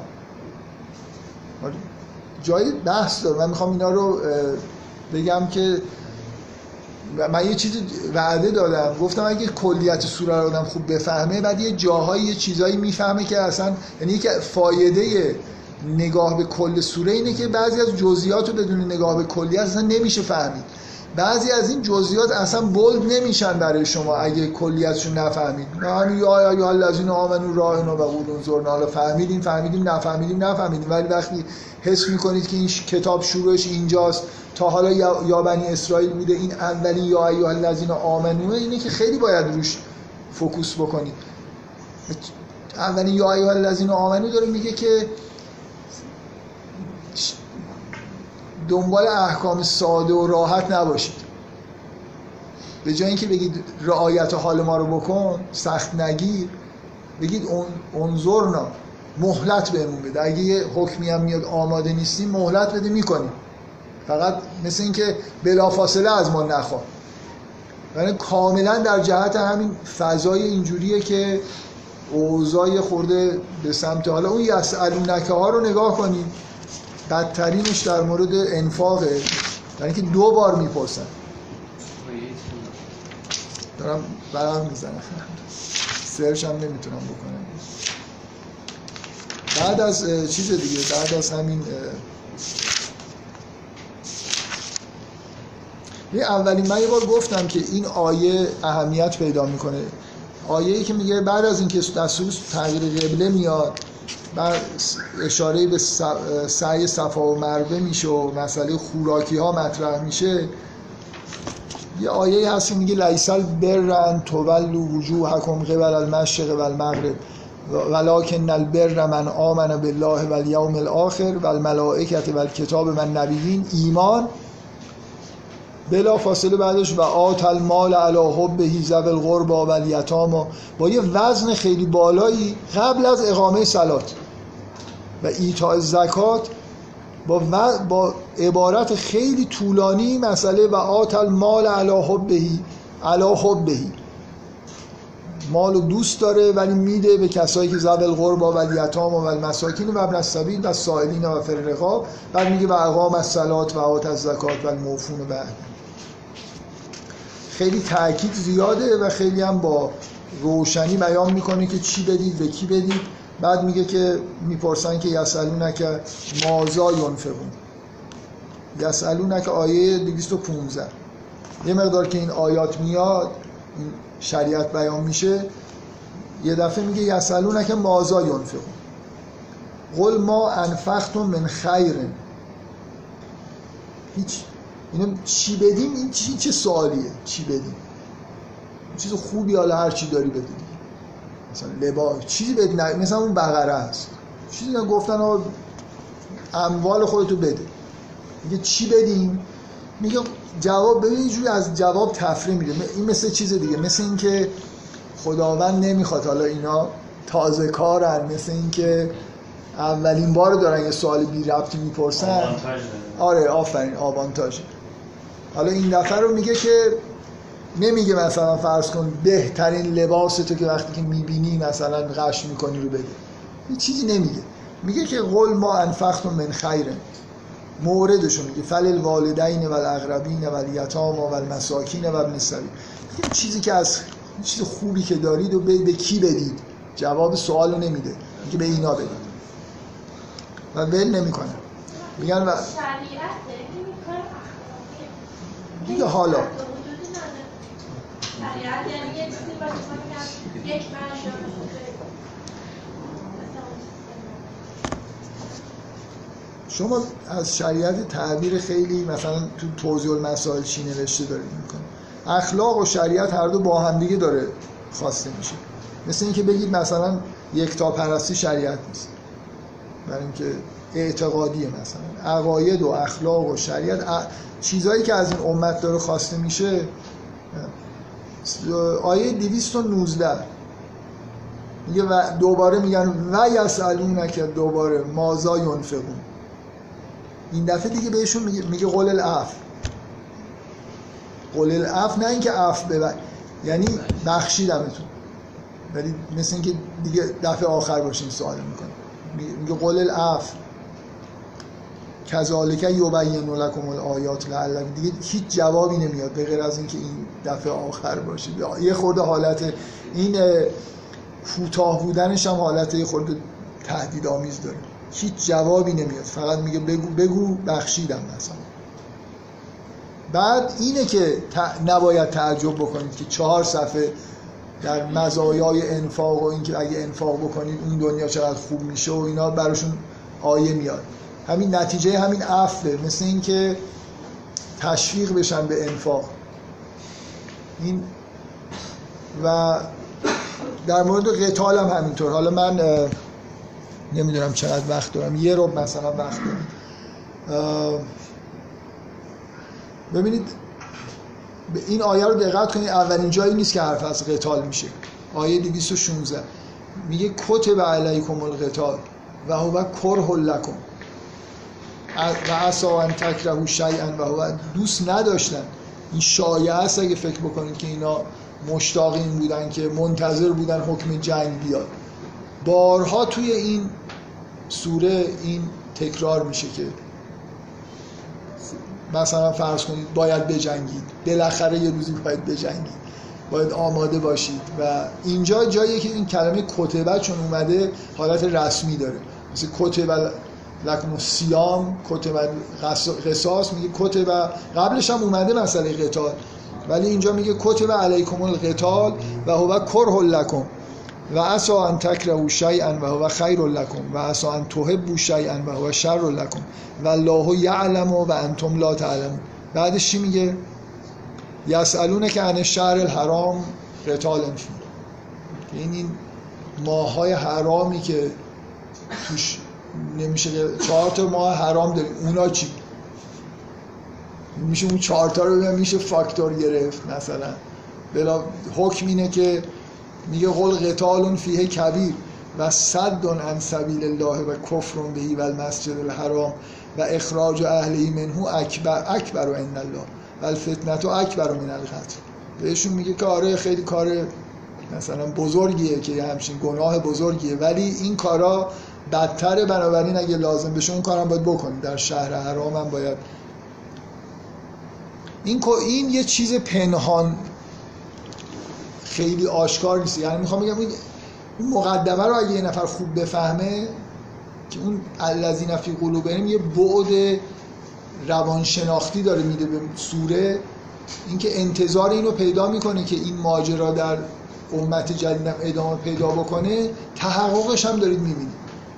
جای بحث داره. من میخوام اینا رو بگم که من یه چیزی وعده دادم، گفتم اگه کلیت سوره رو آدم خوب بفهمه، بعد یه جاهایی یه چیزایی میفهمه که اصلا، یعنی که فایده نگاه به کل سوره اینه که بعضی از جزئیات رو بدون نگاه به کلیت اصلا نمیشه فهمید. بعضی از این جزئیات اصلا بولد نمیشن برای شما اگه کلیتشو نفهمید. همین یا ایها الذین آمنوا راعنا و قولوا انظرنا، حالا فهمیدیم فهمیدیم نفهمیدیم نفهمیدیم، ولی وقتی حس میکنید که این کتاب شروعش اینجاست، تا حالا یا, یا بنی اسرائیل بوده، این اولین یا ایها الذین آمنو اینه که خیلی باید روش فوکوس بکنید. اولین یا ایها الذین آمنو داره میگه که دنبال احکام ساده و راحت نباشید. به جای اینکه بگید رعایت حال ما رو بکن، سخت نگیر، بگید انظرنا، مهلت بهمون بده. اگه یه حکمی هم میاد آماده نیستیم مهلت بده، میکنیم. فقط مثل اینکه بلافاصله از ما نخواه. یعنی کاملا در جهت همین فضای اینجوریه که اوضاع خورده به سمت، حالا اون یسألونک ها رو نگاه کنید، بدترینش در مورد انفاقه، یعنی که دو بار میپرسن. دارم برام میزنم، سرچ هم نمیتونم بکنم. بعد از چیز دیگه، بعد از همین یه اولین من یه بار گفتم که این آیه اهمیت پیدا میکنه. آیه‌ای که میگه بعد از اینکه دستور تغییر قبله میاد، بعد اشاره به سعی صفا و مروه میشه و مسئله خوراکی ها مطرح میشه. یه آیه‌ای هست که میگه لیسل برن تولوا وجوهکم قبل المشرق و المغرب ولکن البر من آمن بالله و الیوم الاخر و الملائکه و الکتاب و النبیین. ایمان بلا فاصله بعدش و آت المال علی حبه ذوی القربى و الیتامی، با یه وزن خیلی بالایی قبل از اقامه صلات و ایتاء زکات، با و... با عبارت خیلی طولانی مسئله و آت المال علی حبه علی حبه، مالو دوست داره ولی میده به کسایی که ذوی القربى و الیتامی و المساکین و ابن السبیل و السائلین و فی الرقاب. بعد میگه و اقام الصلات و آت الزکات و الموفون بعهد. خیلی تأکید زیاده و خیلی هم با روشنی بیان میکنه که چی بدید به کی بدید. بعد میگه که میپرسن که یسألونک ماذا ینفقون. یسألونک آیه دویست و پانزده. یه مقدار که این آیات میاد، این شریعت بیان میشه، یه دفعه میگه یسألونک ماذا ینفقون قل ما انفقتم من خیر. هیچ اینو چی بدیم؟ این چی چه سوالیه؟ چی بدیم؟ چیز خوبی، حالا هر چی داری بدید، مثلا لباس، چیزی بدید، مثلا اون بقره هست، چیزی گفتن آقا اموال خودتو بده. میگه چی بدیم؟ میگه جواب ببین، اینجوری از جواب تفریح میده. این مثل چیز دیگه، مثل این که خداوند نمیخواد حالا اینا تازه کارن، مثل این که اولین بار دارن یه سوال بی ربطی میپرسن. آره آفرین، آوانتاژ. حالا این دفعه رو میگه که نمیگه مثلا فرض کن بهترین لباس تو که وقتی که میبینی مثلا غش میکنی رو بده، هیچ چیزی نمیگه. میگه که قل ما انفقتم من خیر، موردشو میگه فللوالدین و الاقربین و الیتامی و المساکین و ابن السبیل. چیزی که از چیز خوبی که دارید و به, به کی بدید، جواب سوالو نمیده، میگه به اینا بدید و ول نمیکنه. میگن و دیگه حالا شما از شریعت تعبیر خیلی مثلا تو توضیح المسائل چی نوشته دارید میکنه. اخلاق و شریعت هر دو با هم دیگه داره خواسته میشه. مثل اینکه بگید مثلا یکتاپرستی شریعت نیست، برای اینکه اعتقادیه، مثلا عقاید و اخلاق و شریعت چیزایی که از این امت داره خواسته میشه. آیه دویست و نوزده میگه و دوباره میگن و یسألونک دوباره ماذا ینفقون. این دفعه دیگه بهشون میگه میگه قل العفو. قل العفو، نه اینکه عفو ببر، یعنی بخشیدمتون، ولی مثل اینکه دیگه دفعه آخر باشین سوال میکنه. میگه قل العفو کذالک یبین لکم الآیات لعلکم. دیگه هیچ جوابی نمیاد به غیر از اینکه این دفعه آخر باشه. یه خورده حالت این کوتاه بودنش هم حالت یه خورده تهدیدآمیز داره. هیچ جوابی نمیاد، فقط میگه بگو بگو بخشیدم مثلا. بعد اینه که نباید تعجب بکنید که چهار صفحه در مزایای انفاق و اینکه اگه انفاق بکنید اون دنیا چقدر خوب میشه و اینا براشون آیه میاد. همین نتیجه همین عفوه، مثل این که تشویق بشن به انفاق. این و در مورد قتال هم همینطور. حالا من نمیدونم چقدر وقت دارم، یه رو مثلا وقت دارم. ببینید به این آیه رو دقت کنید، اولین جایی نیست که حرف از قتال میشه. آیه دویست و شانزده میگه کتب علیکم القتال و هو کره لکم و عسی ان تکرهوا شیئا و هو، دوست نداشتن. این شایعه است اگه فکر بکنید که اینا مشتاق این بودن که منتظر بودن حکم جنگ بیاد. بارها توی این سوره این تکرار میشه که مثلا فرض کنید باید بجنگید، بالاخره یه روزی باید بجنگید، باید آماده باشید. و اینجا جاییه که این کلمه کتبه چون اومده حالت رسمی داره، مثل کتبه لکم الصیام، کتبه قصاص، میگه کتبه. قبلش هم اومده مسئله قتال، ولی اینجا میگه کتبه علیکم القتال و هو کره لکم و عسی ان تکرهوا شیئا و هو خیر لکم و عسی ان تحبوا شیئا و هو شر لکم والله یعلم و انتم لا تعلمون. بعدش چی میگه؟ یسألونک عن الشهر الحرام قتال فیه. این این ماه‌های حرامی که توش نمیشه، چهار تا ماه حرام داریم، اونا چی؟ میشه اون چهار تا رو میشه فاکتور گرفت مثلا. بلا حکم اینه که میگه قل قتال فیه کبیر و صد عن سبیل الله و کفر بهی و المسجد الحرام و اخراج اهله منه اکبر اکبر عند الله و الفتنه اکبر من القتل. بهشون میگه که آره خیلی کار مثلا بزرگیه که همچین گناه بزرگیه، ولی این کارا بدتره، بنابراین اگه لازم بشه اون کارم باید بکنید. در شهر حرام هم باید این این یه چیز پنهان خیلی آشکار نیست. یعنی میخوام بگم این مقدمه رو اگه یه نفر خوب بفهمه که اون الذین فی قلوبهم یه بعد روانشناختی داره میده به سوره، اینکه انتظار اینو پیدا میکنه که این ماجرا در امت جدیدم ادامه پیدا بکنه، تحققش هم دارید میبینید.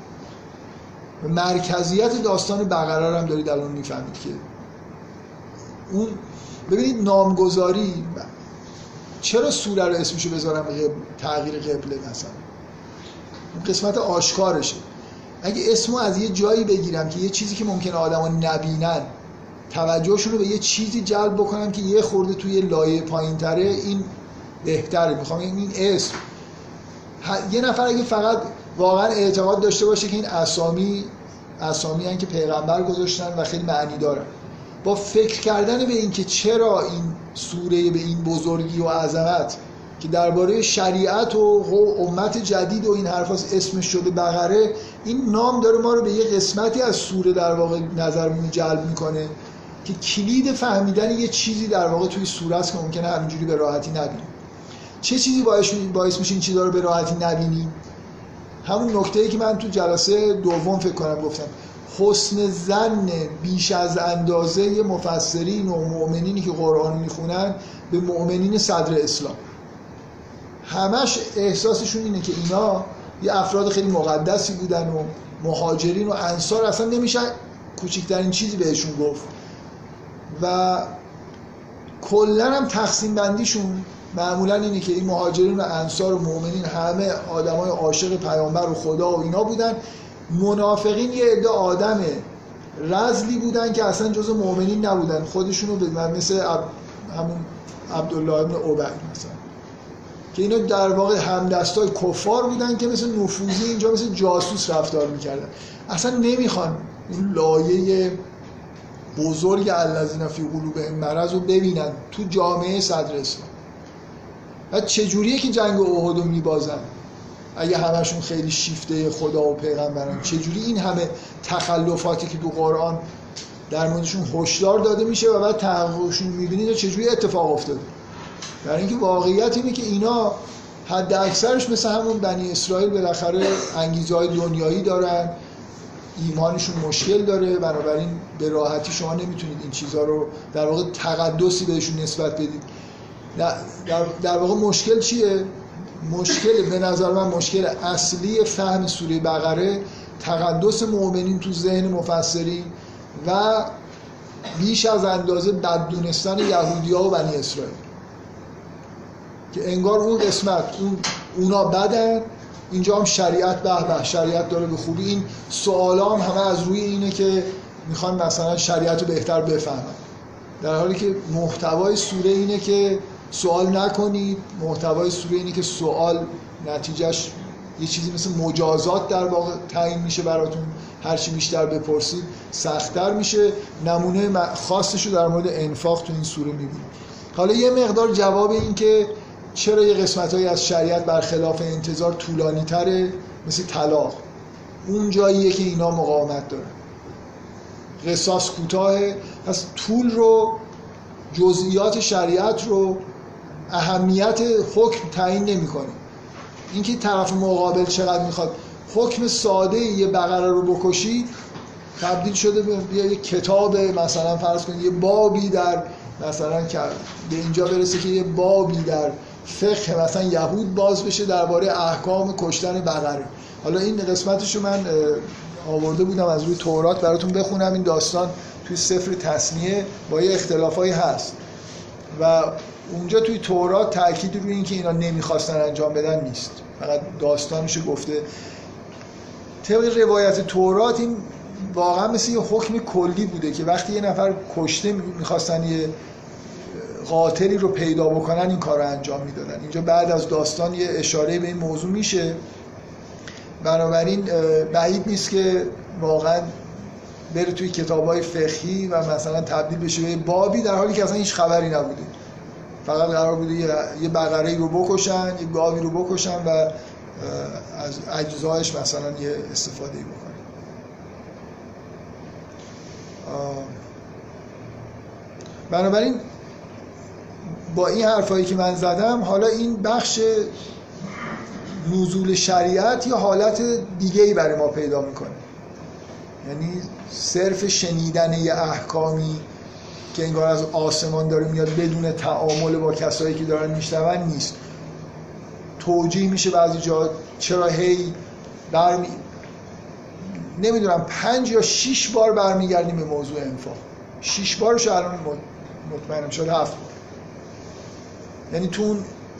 مرکزیت داستان بقره هم دارید الان میفهمید که اون، ببینید نامگذاری، چرا سوره رو اسمشو بذارم قبل، تغییر قبله مثلا، اون قسمت آشکارشه. اگه اسمو از یه جایی بگیرم که یه چیزی که ممکنه آدما نبینن توجهشون رو به یه چیزی جلب بکنم که یه خورده توی لایه پایین‌تره، این بهتره. میخوام این اسم یه نفر اگه فقط واقعا اعتقاد داشته باشه که این اسامی اسامی هستن که پیغمبر گذاشتن و خیلی معنی دارن، با فکر کردن به این که چرا این سوره به این بزرگی و عظمت که درباره شریعت و امت جدید و این حرفاست اسمش شده بقره، این نام داره ما رو به یه قسمتی از سوره در واقع نظرمون جلب میکنه که کلید فهمیدن یه چیزی در واقع توی سوره است که ممکنه همینجوری به راحتی نبینیم. چه چیزی باعث باعث میشه این چیزا رو به راحتی نبینیم؟ همون نکته‌ای که من تو جلسه دوم فکر کنم گفتم، حسن ظن بیش از اندازه مفسرین و مؤمنینی که قرآن میخونن به مؤمنین صدر اسلام. همش احساسشون اینه که اینا یه افراد خیلی مقدسی بودن و مهاجرین و انصار اصلا نمیشه کوچکترین چیزی بهشون گفت و کلا هم تقسیم بندیشون معمولا اینه که این مهاجرین و انصار و مؤمنین همه آدمای عاشق پیامبر و خدا و اینا بودن. منافقین یه عده آدم رذلی بودن که اصلا جزء مؤمنین نبودن، خودشونو به مثل عب... همون عبدالله ابن ابی مثلا، که اینا در واقع همدستای کفار بودن که مثل نفوذی اینجا مثل جاسوس رفتار میکردن. اصلا نمیخوان این لایه بزرگ الذین فی قلوبهم مرض رو ببینن تو جامعه صدر اسلام. بعد چجوریه که جنگ احد رو میبازن اگه همشون خیلی شیفته خدا و پیغمبرن؟ چجوری این همه تخلفاتی که تو قرآن در موردشون هشدار داده میشه و بعد تحققشون میبینید چجوری اتفاق افتاده؟ در اینکه واقعیت اینه که اینا حد اکثرش مثل همون بنی اسرائیل بالاخره انگیزه‌های دنیایی دارن، ایمانشون مشکل داره، بنابراین به راحتی شما نمیتونید این چیزها رو در واقع تقدسی بهشون نسبت بدید. در, در واقع مشکل چیه؟ مشکل به نظر من مشکل اصلی فهم سوره بقره تقدس مؤمنین تو ذهن مفسرین و بیش از اندازه بددونستن یهودی‌ها و بنی اسرائیل، که انگار اون قسمت اون اونا بدن، اینجا هم شریعت به به شریعت داره به خوبی. این سوالا هم همه از روی اینه که میخوان مثلا شریعت رو بهتر بفهمن، در حالی که محتوای سوره اینه که سوال نکنید. محتوای سوره اینه که سوال نتیجهش یه چیزی مثل مجازات در واقع تعیین میشه براتون، هر چی بیشتر بپرسید سخت‌تر میشه. نمونه خاصش رو در مورد انفاق تو این سوره میبینید. حالا یه مقدار جواب این که چرا یه قسمت‌هایی از شریعت برخلاف انتظار طولانی تره، مثل طلاق، اون جاییه که اینا مقاومت دارن. قصاص کوتاهه، پس طول رو، جزئیات شریعت رو، اهمیت حکم تعیین نمی‌کنه. اینکه طرف مقابل چقدر میخواد حکم ساده یه بقره رو بکشید تبدیل شده به یه کتاب، مثلا فرض کنید یه بابی در مثلا به اینجا برسه که یه بابی در فقه مثلا یهود باز بشه درباره احکام کشتن بقره. حالا این قسمتشو من آورده بودم از روی تورات براتون بخونم. این داستان توی سفر تثنیه با یه اختلافایی هست و اونجا توی تورات تأکید روی این که اینا نمیخواستن انجام بدن نیست، فقط داستانشو گفته. طبق روایت تورات این واقعا مثل یه حکم کلی بوده که وقتی یه نفر کشته میخواستن یه قاتلی رو پیدا بکنن این کار رو انجام میدادن. اینجا بعد از داستان یه اشاره به این موضوع میشه، بنابراین بعید نیست که واقعا بره توی کتاب‌های فقهی و مثلا تبدیل بشه به بابی در حالی که اصلا هیچ خبری نبوده. فقط قرار بوده یه بقره‌ای رو بکشن، یه گاوی رو بکشن و از اجزایش مثلا یه استفاده‌ای بکنن. بنابراین با این حرفایی که من زدم، حالا این بخش نزول شریعت یا حالت دیگه‌ای برای ما پیدا میکنه، یعنی صرف شنیدن یه احکامی که انگار از آسمان داره میاد بدون تعامل با کسایی که دارن میشنون نیست. توجیه میشه بعضی جا چرا هی برمی نمیدونم پنج یا شیش بار برمیگردیم به موضوع انفاق. شیش بارش الان مطمئنم شد هفت بار. یعنی تو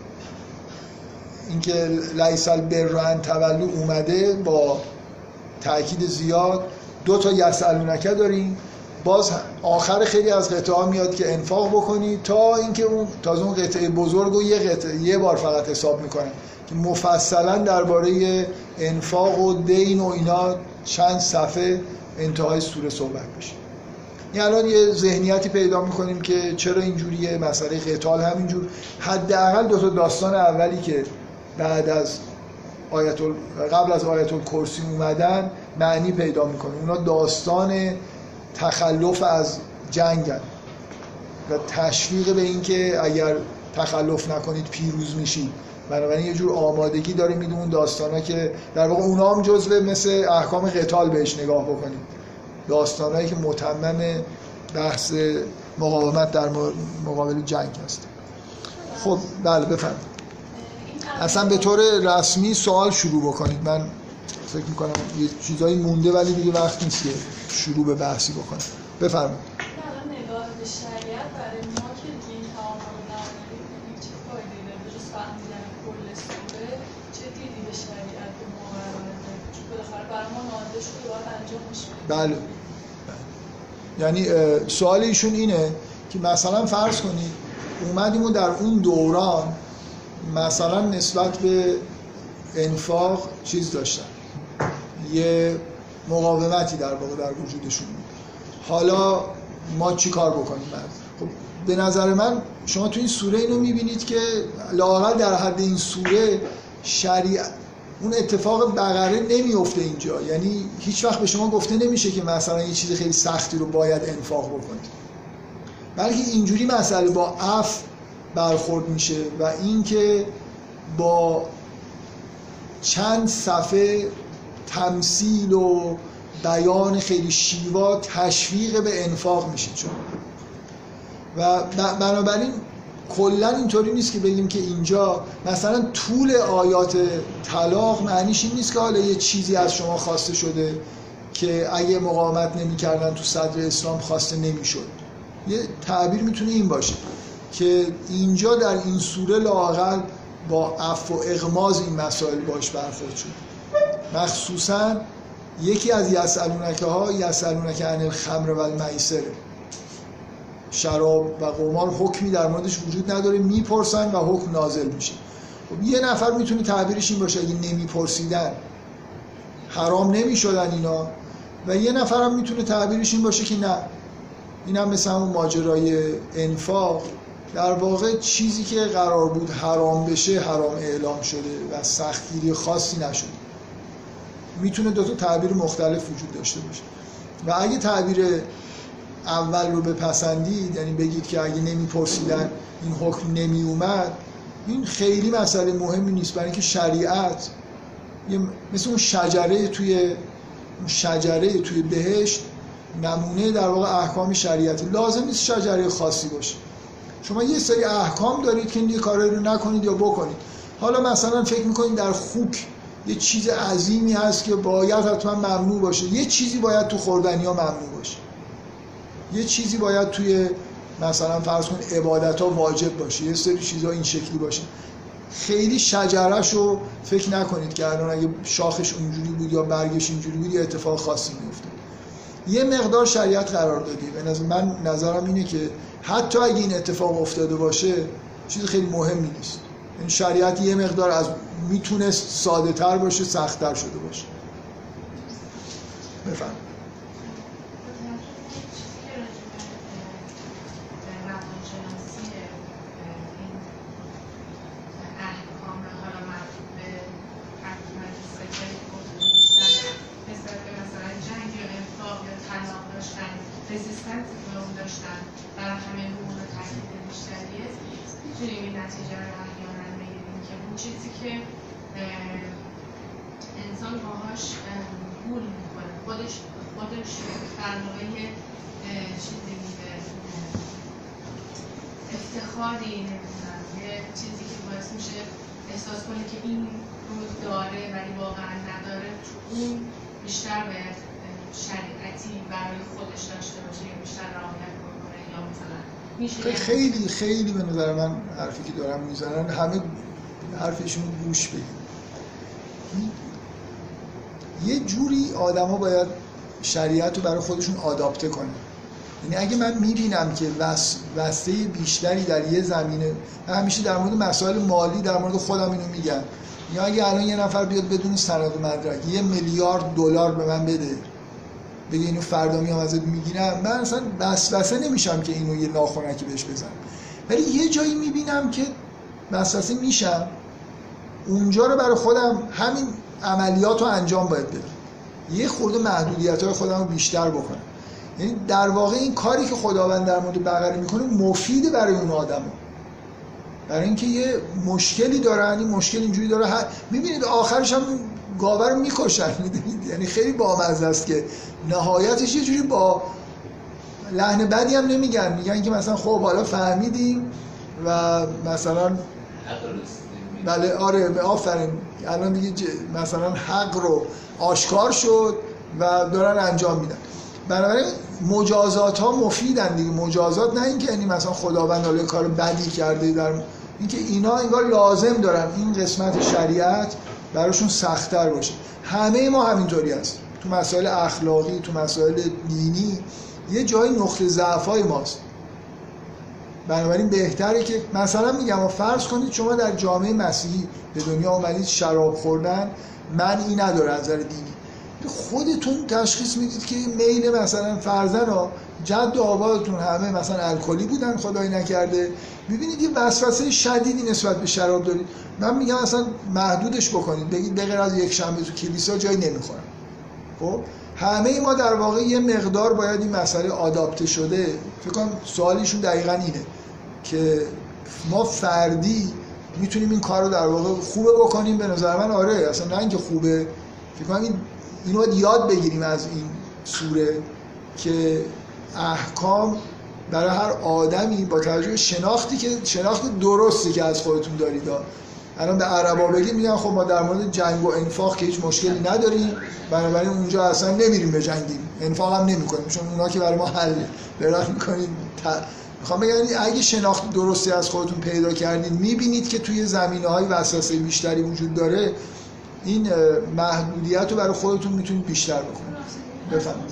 اینکه لیس البر ان تولوا اومده با تأکید زیاد. دو تا یسألونک داریم، باز آخر خیلی از قطعه ها میاد که انفاق بکنید، تا اینکه اون تازه اون قطعه بزرگ رو یه قطعه یه بار فقط حساب میکنن که مفصلا درباره انفاق و دین و اینا چند صفحه انتهای سوره صحبت بشه. این الان یه ذهنیتی پیدا میکنیم که چرا اینجوریه. مسئله قتال همینجور. حداقل دو تا داستان اولی که بعد از آیت قبل از آیت الکرسی اومدن معنی پیدا میکنه. اونا داستان تخلف از جنگن و تشویق به این که اگر تخلف نکنید پیروز میشید. بنابراین یه جور آمادگی داره میده اون داستانا که در واقع اونا هم جزو مثل احکام قتال بهش نگاه بکنید، داستانایی که متمم بحث مقاومت در مقابل جنگ هست. خب بله بفرمایید. اصلا به طور رسمی سوال شروع بکنید. من فکر میکنم یه چیزایی مونده ولی دیگه وقت نیست که شروع به بحثی بکنم. بفرمایید. الان نگاه به شریعت برای ما که دین تعامل نداریم چه فایده‌ای داره؟ تعهدشون رو باید انجام میشه. بله. یعنی سوال ایشون اینه که مثلا فرض کنید اومدیم و در اون دوران مثلا نسبت به انفاق چیز داشتن، یه مقاومتی در واقع در وجودشون بود. حالا ما چی کار بکنیم؟ خب به نظر من شما تو این سوره اینو میبینید که لااقل در حد این سوره شریعت اون اتفاق بقره نمیفته اینجا. یعنی هیچ وقت به شما گفته نمیشه که مثلا یه چیز خیلی سختی رو باید انفاق بکنید، بلکه اینجوری مسئله با عفو برخورد میشه و اینکه با چند صفحه تمثیل و بیان خیلی شیوا تشویق به انفاق میشید شما. و بنابراین کلا اینطوری نیست که بگیم که اینجا مثلا طول آیات طلاق معنیش این نیست که حالا یه چیزی از شما خواسته شده که اگه مقاومت نمی‌کردن تو صدر اسلام خواسته نمی‌شد. یه تعبیر میتونه این باشه که اینجا در این سوره لااقل با عفو و اغماض این مسائل باش برخورد شد. مخصوصا یکی از یسألونکه ها یسألونکه عن الخمر و المیسر، شراب و قمار حکمی در موردش وجود نداره، میپرسن و حکم نازل میشه. خب یه نفر میتونه تعبیرش این باشه اگه نمیپرسیدن حرام نمیشدن اینا، و یه نفر هم میتونه تعبیرش این باشه که نه، این هم مثل همون ماجرای انفاق در واقع چیزی که قرار بود حرام بشه حرام اعلام شده و سختگیری خاصی نشده. میتونه دو تا تعبیر مختلف وجود داشته باشه و اگه تعبیر اول رو بپسندید، یعنی بگید که اگه نمیپرسیدن این حکم نمی اومد، این خیلی مسئله مهمی نیست، برای اینکه شریعت مثل اون شجره توی اون شجره توی بهشت نمونه در واقع احکام شریعت، لازم نیست شجره خاصی باشه. شما یه سری احکام دارید که این کارا رو نکنید یا بکنید. حالا مثلا فکر میکنید در خوک یه چیز عظیمی هست که باید حتما ممنوع باشه، یه چیزی باید تو خوردنی ها ممنوع باشه، یه چیزی باید توی مثلا فرض کن عبادت ها واجب باشه، یه سری چیزها این شکلی باشه. خیلی شجرش رو فکر نکنید که الان اگه شاخش اونجوری بود یا برگش اینجوری بود یه اتفاق خاصی میفته. یه مقدار شریعت قرار دادی. به نظر من نظرم اینه که حتی اگه این اتفاق افتاده باشه چیز خیلی مهمی نیست. این شریعت یه مقدار از میتونه ساده تر باشه، سخت تر شده باشه. بفهم. رزیستنسی که اون داشتن برای همه امور تحقیق بیشتریه، میتونیم این نتیجه رو احیانا بگیریم که اون چیزی که انسان باهاش گول میکنه خودش خودش در واقع چیزی میده، افتخاری نمیدونم، یه چیزی که باعث میشه احساس کنه که این رو داره ولی واقعا نداره، اون بیشتر باید شریعتی برای خودش داشته باشه یا بیشتر رعایت کنه یا مثلا میشه. خیلی خیلی به نظر من حرفی که دارم میزنن همه حرفشون رو گوش بدید. یه جوری آدما باید شریعت رو برای خودشون آداپته کنن. یعنی اگه من میبینم که وس وسته بیشتری در یه زمینه، من همیشه در مورد مسائل مالی در مورد خودم اینو میگم، یا اگه الان یه نفر بیاد بدون سند و مدرک یه میلیارد دلار به من بده بگه اینو فردا میام ازت میگیرم، من اصلا وسوسه نمیشم که اینو یه ناخنکی بهش بزنم. ولی یه جایی میبینم که وسوسه میشم، اونجا رو برای خودم همین عملیات رو انجام باید بدم، یه خورده محدودیت‌های خودم رو بیشتر بکنم. یعنی در واقع این کاری که خداوند در مورد بقره میکنه مفیده برای اون آدم‌ها، برای اینکه یه مشکلی دارن، این مشکل اینجوری داره ها... میبینید آخرش هم گاوه رو میکشن، میدونید. یعنی خیلی بامزه است که نهایتش یه جوری با لحن بدی هم نمیگن، میگن که مثلا خب حالا فهمیدیم و مثلا بله آره آفرین الان دیگه ج... مثلا حق رو آشکار شد و دارن انجام میدن. بنابراین مجازات ها مفیدن دیگه، مجازات نه اینکه یعنی مثلا خداوند حالا کار بدی کرده، در اینکه اینا انگار لازم دارن این قسمت شریعت براشون سخت‌تر باشه. همه ما همینطوری هست تو مسائل اخلاقی، تو مسائل دینی یه جای نقطه ضعف‌های ماست. بنابراین بهتره که مثلا میگم فرض کنید شما در جامعه مسیحی به دنیا آمدید، شراب خوردن منعی نداره از نظر دینی، خودتون تشخیص میدید که میل مثلا فرزن ها جد و آبادتون همه مثلا الکلی بودن خدای نکرده، میبینید یه وسوسه شدیدی نسبت به شراب دارید. من میگم اصلا محدودش بکنید، بگید به غیر از یک شنبه تو کلیسا جایی نمیخورم. خب همه ما در واقع یه مقدار باید این مسئله آداپته شده. فکر کنم سوالیشون دقیقاً اینه که ما فردی میتونیم این کار رو در واقع خوبه بکنیم. به نظر من آره، اصلا نه اینکه خوبه، فکر کنم این اینو باید یاد بگیریم از این سوره که احکام برای هر آدمی با توجه به شناختی که شناخت درستی که از خودتون دارید. الان به عربا بگیم میگن خب ما در مورد جنگ و انفاق که هیچ مشکلی نداریم، بنابراین اونجا اصلا نمیریم به جنگیم، انفاق هم نمی‌کنیم، چون اونا که برای ما حل برای می‌کنیم. میخوام بگم اگه شناخت درستی از خودتون پیدا کردید، می‌بینید که توی زمینه‌های وسوسه بیشتری وجود داره، این محدودیت رو برای خودتون میتونید بیشتر بکنید. بفهمید.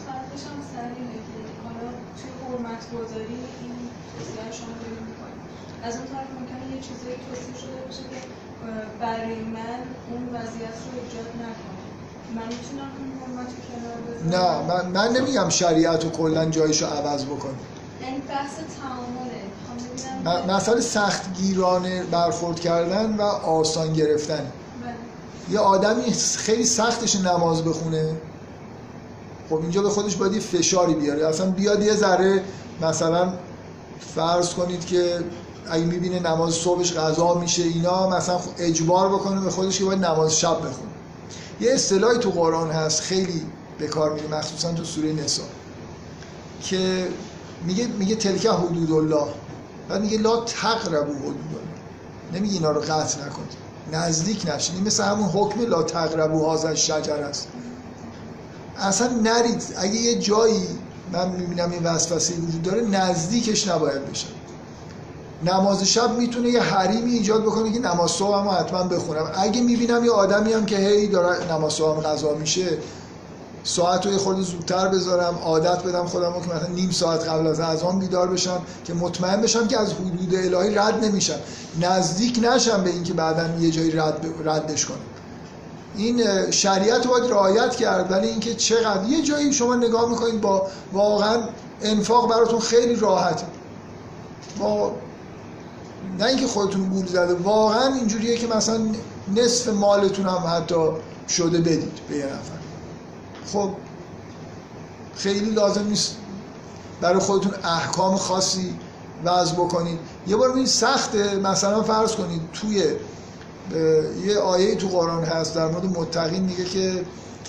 حرمت‌گذاری این توصیه شما دارید می‌کنید. از اون طرف ممکنه یه چیزی توصیه شده باشه که برای من اون وضعیت رو ایجاد نکنه. من میتونم اون حرمت رو کنار بذارم؟ نه، من من نمیگم شریعت رو کلاً جایشو عوض بکنید. یعنی بحث تعامله. مسئله سختگیرانه برخورد کردن و آسان گرفتن. یه آدمی خیلی سختش نماز بخونه، خب اینجا به خودش باید یه فشاری بیاره، اصلا بیاد یه ذره مثلا فرض کنید که اگه میبینه نماز صبحش قضا میشه اینا، مثلا اجبار بکنه به خودش که باید نماز شب بخونه. یه اصطلاحی تو قرآن هست خیلی به کار میره، مخصوصا تو سوره نساء، که میگه میگه تلک حدود الله، بعد میگه لا تقربوا حدود الله، نمیگه اینا رو قطع نکنید، نزدیک نشید. این مثل همون حکم لا تقربوا هذا الشجر است، اصلا نرید. اگه یه جایی من میبینم این وسوسه وجود داره، نزدیکش نباید بشه. نماز شب میتونه یه حریمی ایجاد بکنه که نماز صبحمو حتما بخونم. اگه میبینم یه آدمی هم که هی داره نماز صبحم قضا میشه، ساعت رو یه خورده زودتر بذارم، عادت بدم خودم رو که مثلا نیم ساعت قبل از اذان بیدار بشم که مطمئن بشم که از حدود الهی رد نمیشم، نزدیک نشم به این که بعداً یه جایی رد ردش کنم. این شریعت رو باید رعایت کرد، ولی اینکه چقدر یه جایی شما نگاه میکنید با واقعا انفاق براتون خیلی راحته، با نه اینکه خودتون گول زده، واقعا اینجوریه که مثلا نصف مالتون هم حتی شده بدید به یه نفر. خب خیلی لازم نیست برای خودتون احکام خاصی وضع بکنید. یه بار ببینید سخته، مثلا فرض کنید توی یه آیه تو قرآن هست در مورد متقین، میگه که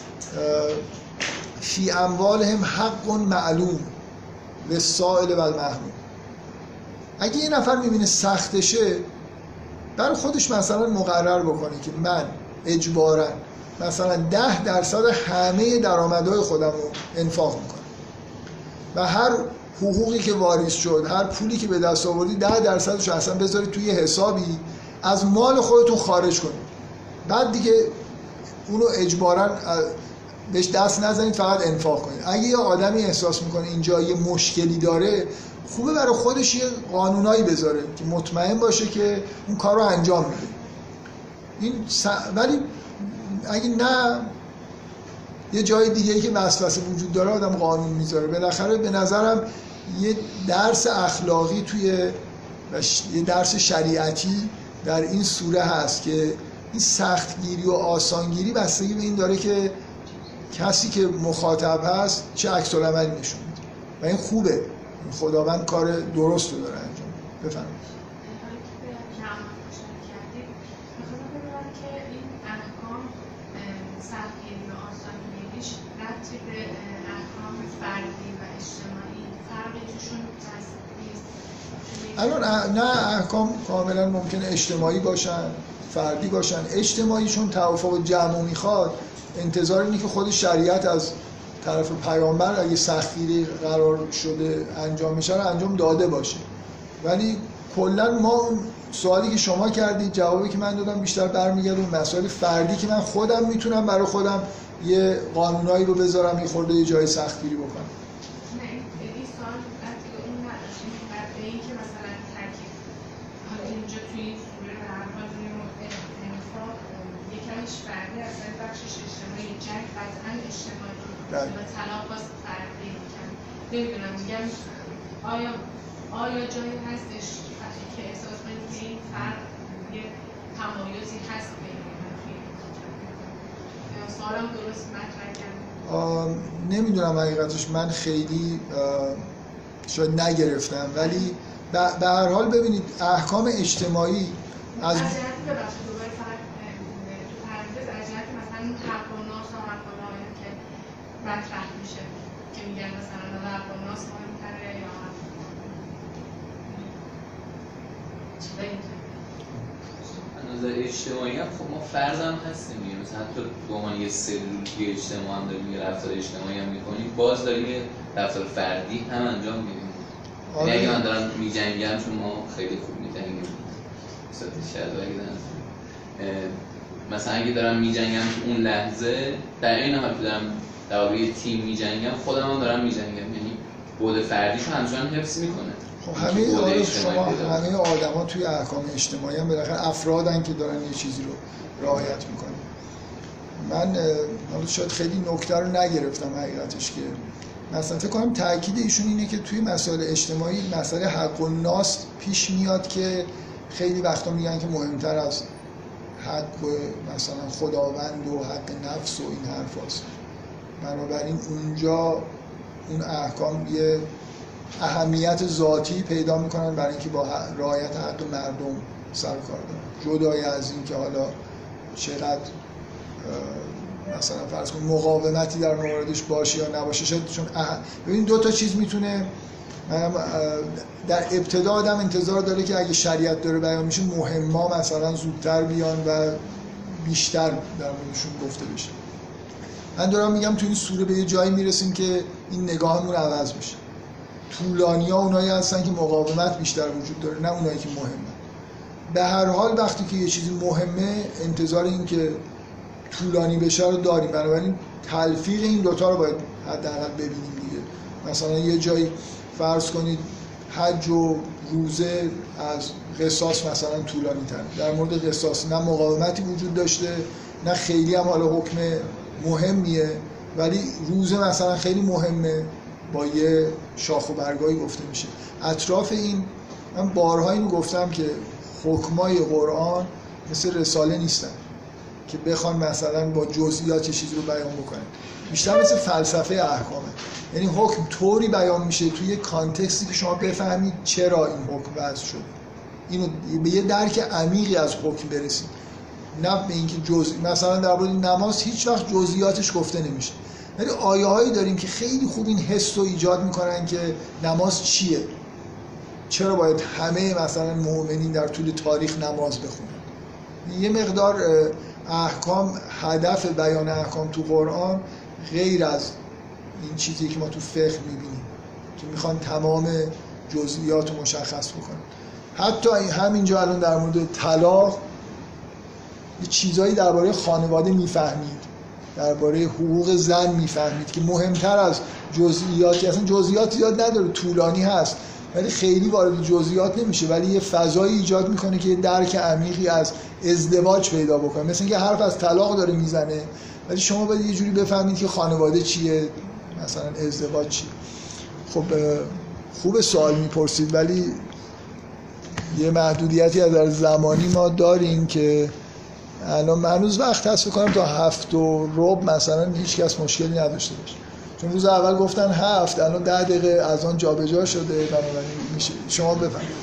فی اموالهم حق معلوم للسائل و المحروم. اگه یه نفر میبینه سختشه، برای خودش مثلا مقرر بکنه که من اجباراً مثلا ده درصد همه درآمدهای خودم رو انفاق میکنم و هر حقوقی که واریز شد، هر پولی که به دست آوردی، ده درصدش رو اصلا بذاری توی حسابی از مال خودتون خارج کنید. بعد دیگه اونو اجباراً بهش دست نزنید، فقط انفاق کنید. اگه یه آدمی احساس میکنه اینجا یه مشکلی داره، خوبه برای خودش یه قانونایی بذاره که مطمئن باشه که اون کار رو انجام میده. این س... ولی اگه نه یه جای دیگه‌ای که وسوسه وجود داره آدم قانون میذاره. بالاخره به نظرم یه درس اخلاقی توی یه درس شریعتی در این سوره هست که این سختگیری و آسانگیری بستگی به این داره که کسی که مخاطب هست چه عکس العملی نشون میده و این خوبه. خداوند کار درست رو داره انجام میده. بفرمایید. الان نه احکام کاملا ممکنه اجتماعی باشن، فردی باشن. اجتماعی چون توافق جمع میخواد، انتظار اینه که خود شریعت از طرف پیامبر اگه سختگیری قرار شده انجام میشه رو انجام داده باشه. ولی کلا ما سوالی که شما کردید جوابی که من دادم بیشتر برمیگرده به مسائل فردی که من خودم میتونم برای خودم یه قانونایی رو بذارم یه خورده یه جای سختگیری بکنم. نه این سوال وقتی اون نداشتیم بعد به این که مثلا ترکیب حالا اینجا توی این سوره به هر حال روی انفاق یکمش فردی اصلا بخشش اجتماعی جنگ قطعا اجتماعی و طلاق باز فردی میکن. نمیدونم میگم آیا آیا جایی هستش که احساس کنید که این فرق یه تمایزی هست بین این سوالم درست مطرح کردم؟ نمیدونم حقیقتش من خیلی شاید نگرفتم ولی به هر حال ببینید احکام اجتماعی از جهت ببخشید دوباره فقط تو پرانتز از جهت مثلا این حق و ناس و حق و رعایت که مطرح میشه که میگن مثلا حق و ناس مهم‌تره یا از نظر اجتماعی هم خب ما فرد هم هستیم دیگه، مثلا حتی به عنوان یه سلول که اجتماع هم داریم یه رفتار اجتماعی هم میکنیم باز داریم یه رفتار فردی هم انجام میدیم. یعنی اگه من دارم میجنگم چون ما خیلی خوب میجنگیم مثلا شاید اگه دارم مثلا اگه دارم میجنگم تو اون لحظه در این حال که دارم در واقع یه تیم میجنگم خودم هم دارم میجنگم، یعنی بعد فردیشو همچنان حفظ میکنه. خب همه آدم شما همه آدما توی احکام اجتماعی هم بالاخره افرادن که دارن یه چیزی رو رعایت میکنن. من حالا شاید خیلی نکته رو نگرفتم حقیقتش که مثلا فکر کنم تاکید ایشون اینه که توی مسائل اجتماعی مسئله حق و ناس پیش میاد که خیلی وقتا میگن که مهمتر از حق مثلا خداوند و حق نفس و این حرفاست. بنابراین اونجا اون احکام یه اهمیت ذاتی پیدا میکنن برای اینکه با رعایت حق مردم سر کار دارن، جدای از این که حالا چقدر مثلا فرض کن مقاومتی در موردش باشه یا نباشه. شاید چون ببین دو تا چیز میتونه در ابتدا آدم انتظار داره که اگه شریعت داره بیان میشه مهم‌ها مثلا زودتر بیان و بیشتر در موردشون گفته بشه. من دارم میگم تو این سوره به یه جایی میرسیم که این نگاهمون عوض میشه. طولانی‌ها اونایی هستن که مقاومت بیشتر وجود داره، نه اونایی که مهمه. به هر حال وقتی که یه چیزی مهمه انتظار این که طولانی بشه رو داریم، بنابراین تلفیق این دوتا رو باید حداقل ببینیم دیگه. مثلا یه جایی فرض کنید حج و روزه از قصاص مثلا طولانی تر، در مورد قصاص نه مقاومتی وجود داشته نه خیلی هم حالا حکم مهمیه، ولی روزه مثلا خیلی مهمه با یه شاخ و برگایی گفته میشه. اطراف این من بارها اینو گفتم که حکمای قرآن مثل رساله نیستن که بخوان مثلا با جزئیات چیزی رو بیان بکنن، بیشتر مثل فلسفه احکامه. یعنی حکم طوری بیان میشه توی یه کانتکستی که شما بفهمید چرا این حکم وضع شد، اینو به یه درک عمیقی از حکم برسید، نه به اینکه جزئی. مثلا در مورد نماز هیچ وقت جزئیاتش گفته نمیشه، ولی آیه‌هایی داریم که خیلی خوب این حس رو ایجاد میکنن که نماز چیه، چرا باید همه مثلا مؤمنین در طول تاریخ نماز بخونن. یه مقدار احکام، هدف بیان احکام تو قرآن غیر از این چیزی که ما تو فقه میبینیم که میخوان تمام جزئیات رو مشخص بکنن. حتی همینجا الان در مورد طلاق یه چیزایی درباره خانواده میفهمید، درباره حقوق زن میفهمید که مهمتر از جزئیاتی، اصلا جزئیات زیاد نداره، طولانی هست ولی خیلی وارد جزئیات نمیشه، ولی یه فضایی ایجاد میکنه که یه درک عمیقی از ازدواج پیدا بکنه. مثل اینکه حرف از طلاق داره میزنه ولی شما باید یه جوری بفهمید که خانواده چیه، مثلا ازدواج چیه. خب خوب سوال میپرسید ولی یه محدودیتی از نظر زمانی ما داریم که الان هنوز وقت هست بکنم تا هفت و ربع مثلا هیچ کس مشکلی نداشته باشه، چون روز اول گفتن هفت، الان ده دقیقه از آن جابجا شده، بنابراین میشه شما بفهمید. فهمیدیم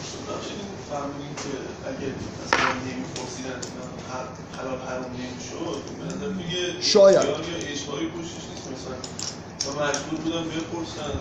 که اگه مثلا نمی‌پرسیدن حلال حرام نمی‌شد، به نظر میگه شاید یا اشتباهی پوشش نیست، مثلا و مجبور بودن بپرسن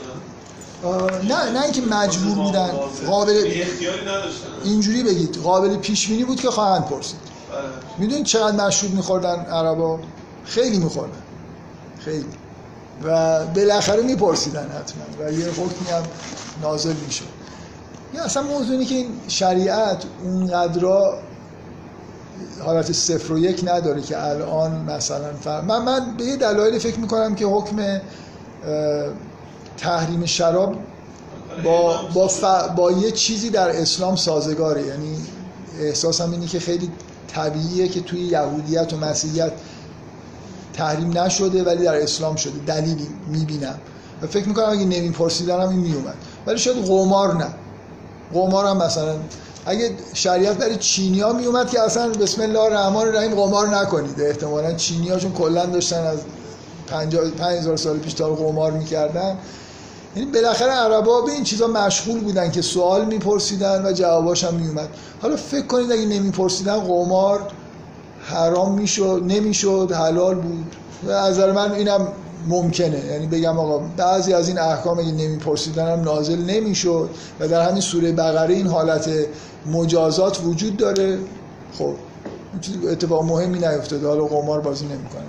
یا مثلا نه نه اینکه مجبور بودن، قابل اختیاری نداشتن. اینجوری بگید قابل پیش بینی بود که خواهند پرسید. میدونید چقدر مشروب میخوردن عربا؟ خیلی میخوردن، خیلی، و بالاخره میپرسیدن حتما و یه حکمی هم نازل میشد. یا اصلا موضوعی که این شریعت اونقدر حالت صفر و یک نداره که الان مثلا فر... من من به یه دلایلی فکر میکنم که حکم تحریم شراب با با, ف... با یه چیزی در اسلام سازگاره. یعنی احساسم اینه که خیلی طبیعیه که توی یهودیت و مسیحیت تحریم نشده ولی در اسلام شده. دلیلی میبینم و فکر میکنم اگه نمیپرسیدن هم این میومد، ولی شاید قمار نه. قمار هم مثلا اگه شریعت برای چینی‌ها میومد که اصلا بسم الله الرحمن الرحیم قمار نکنید، احتمالاً چینی‌ها چون کلاً داشتن از پنج هزار سال پیش تا قمار میکردن. یعنی بالاخره عربا به این چیزا مشغول بودن که سوال میپرسیدن و جواباش هم میومد. حالا فکر کنید اگه نمیپرسیدن قمار حرام میشد، نمیشد، حلال بود. و از نظر من اینم ممکنه، یعنی بگم آقا بعضی از این احکام اگه نمیپرسیدن هم نازل نمیشد و در همین سوره بقره این حالت مجازات وجود داره. خب اتفاق مهمی نیفتاده، حالا قمار بازی نمیکنه.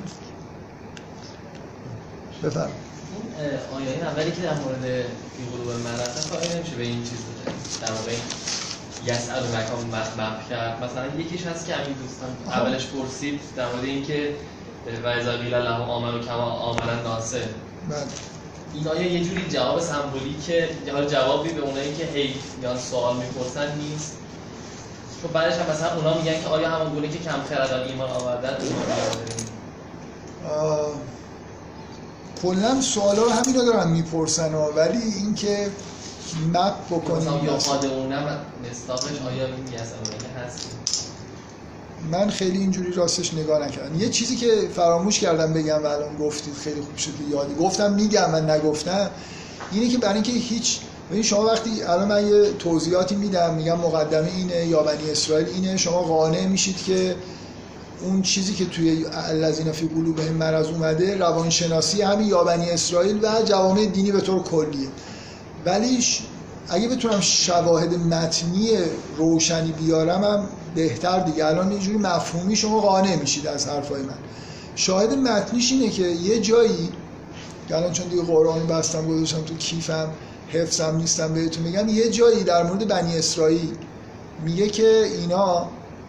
بفرم آیه این اولی که در مورد فی قلوب المرض کاری نمیشه به این چیز بده، در واقع یسأل مکان مخ کرد. مثلا یکیش هست که همین دوستان اولش پرسید در مورد اینکه و اذا قیل لهم آمنوا کما آمن الناس، این آیه یه جوری جواب سمبولیکه، حالا جوابی به اونایی که هی میان سوال میپرسن نیست. چون بعدش هم مثلا اونا میگن که آیا همون گونه که کم خردان ایمان آوردن ایمان آوردن. کلا سوالا رو همینا دارن میپرسن، ولی اینکه مپ بکنیم مثلا یا خادمونم مستاقش آیا این یسئلونه هست؟ من خیلی اینجوری راستش نگاه نکردم. یه چیزی که فراموش کردم بگم و الان گفتید خیلی خوب شد یادی گفتم میگم من نگفتم، اینه که برای اینکه هیچ ببین شما وقتی الان من یه توضیحاتی میدم میگم مقدمه اینه یا بنی اسرائیل اینه، شما قانع میشید که اون چیزی که توی الذین فی قلوبهم مرض اومده روانشناسی همین یا بنی اسرائیل و جوامع دینی به طور کلیه. ولی اگه بتونم شواهد متنی روشنی بیارم هم بهتر دیگه. الان اینجوری مفهومی شما قانع میشید از حرفای من. شاهد متنیش اینه که یه جایی که الان چون دیگه قرآن بستم گذاشتم تو کیفم حفظم نیستم بهتون میگم، یه جایی در مورد بنی اسرائیل میگه که اینا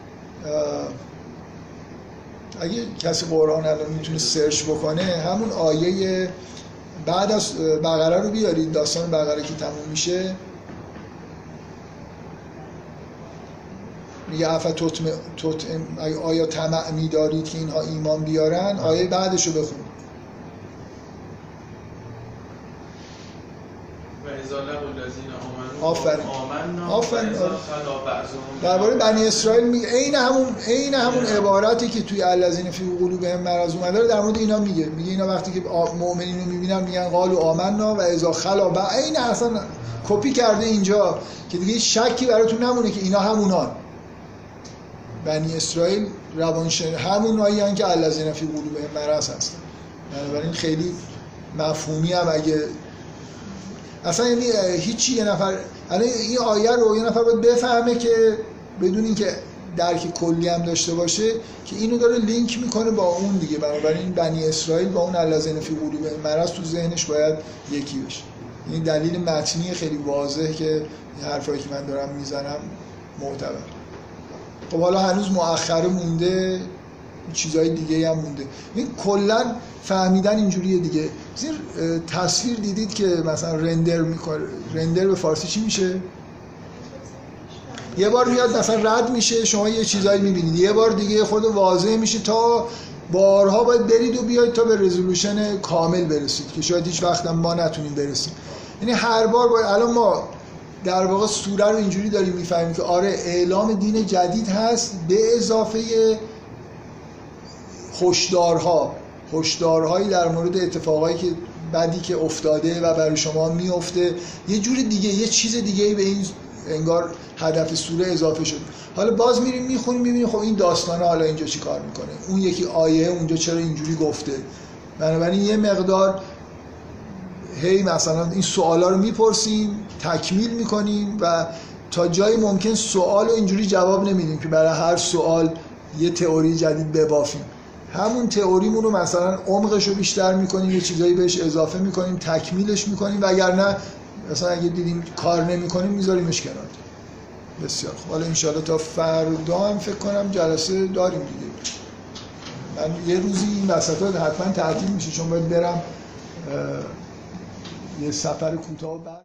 اگه کسی قرآن الان میتونه سرچ بکنه همون آیه بعد از بقره رو بیارید، داستان بقره که تموم میشه میگه افا تطمع آیا طمع می‌دارید که اینها ایمان بیارن. آیه بعدش رو بخونید. آفرین آفرین درباره بنی اسرائیل میگه عین همون عین همون عبارتی که توی الذین فی قلوبهم مرض اومده در مورد اینا میگه. میگه اینا وقتی که مؤمنین رو میبینن میگن قالوا آمنا و اذا خلا با عین اصلا کپی کرده اینجا که دیگه شکی براتون نمونه که اینا همونان. بنی اسرائیل روانشناس همون آیه‌ان که الذین فی قلوبهم مرض هستن. بنابراین خیلی مفهومی هم اگه اصلا یعنی هیچی یه نفر الان این آیه رو یه نفر باید بفهمه که بدون اینکه درک کلی هم داشته باشه که اینو داره لینک میکنه با اون دیگه. بنابراین بنی اسرائیل با اون الذین فی قلوبهم مرض تو ذهنش باید یکی بشه. این دلیل متنی خیلی واضحه که این حرفایی که من دارم میزنم معتبر. خب حالا هنوز مؤخره مونده، چیزهای دیگه هم مونده. این کلا فهمیدن اینجوریه دیگه. تصویر دیدید که مثلا رندر میکنه، رندر به فارسی چی میشه؟ یه بار میاد مثلا رد میشه، شما یه چیزایی میبینید، یه بار دیگه خود واضح میشه، تا بارها باید برید و بیاید تا به رزولوشن کامل برسید که شاید هیچ وقت هم ما نتونیم برسیم. یعنی هر بار باید، الان ما در واقع سوره رو اینجوری داریم میفهمیم که آره اعلام دین جدید هست به اضافه هشدارها هشدارهایی در مورد اتفاقایی که بعدی که افتاده و برای شما میفته. یه جور دیگه یه چیز دیگه‌ای به این انگار هدف سوره اضافه شد. حالا باز میریم میخونیم میبینیم خب این داستانه حالا اینجا چی کار میکنه، اون یکی آیه اونجا چرا اینجوری گفته. بنابراین یه مقدار هی مثلا این سوالا رو میپرسیم، تکمیل میکنیم و تا جایی ممکن سوال رو اینجوری جواب نمیدیم که برای هر سوال یه تئوری جدید ببافیم. همون تئوریمون رو مثلا عمقش رو بیشتر میکنیم، یه چیزایی بهش اضافه میکنیم، تکمیلش میکنیم، وگرنه مثلا اگه دیدیم کار نمی‌کنیم میذاریمش کنار. بسیار خب. حالا انشالله تا فردا هم فکر کنم جلسه داریم دیگه. من یه روزی این وسطات حتما تعطیل میشه چون باید برم یه سفر کوتاه بعد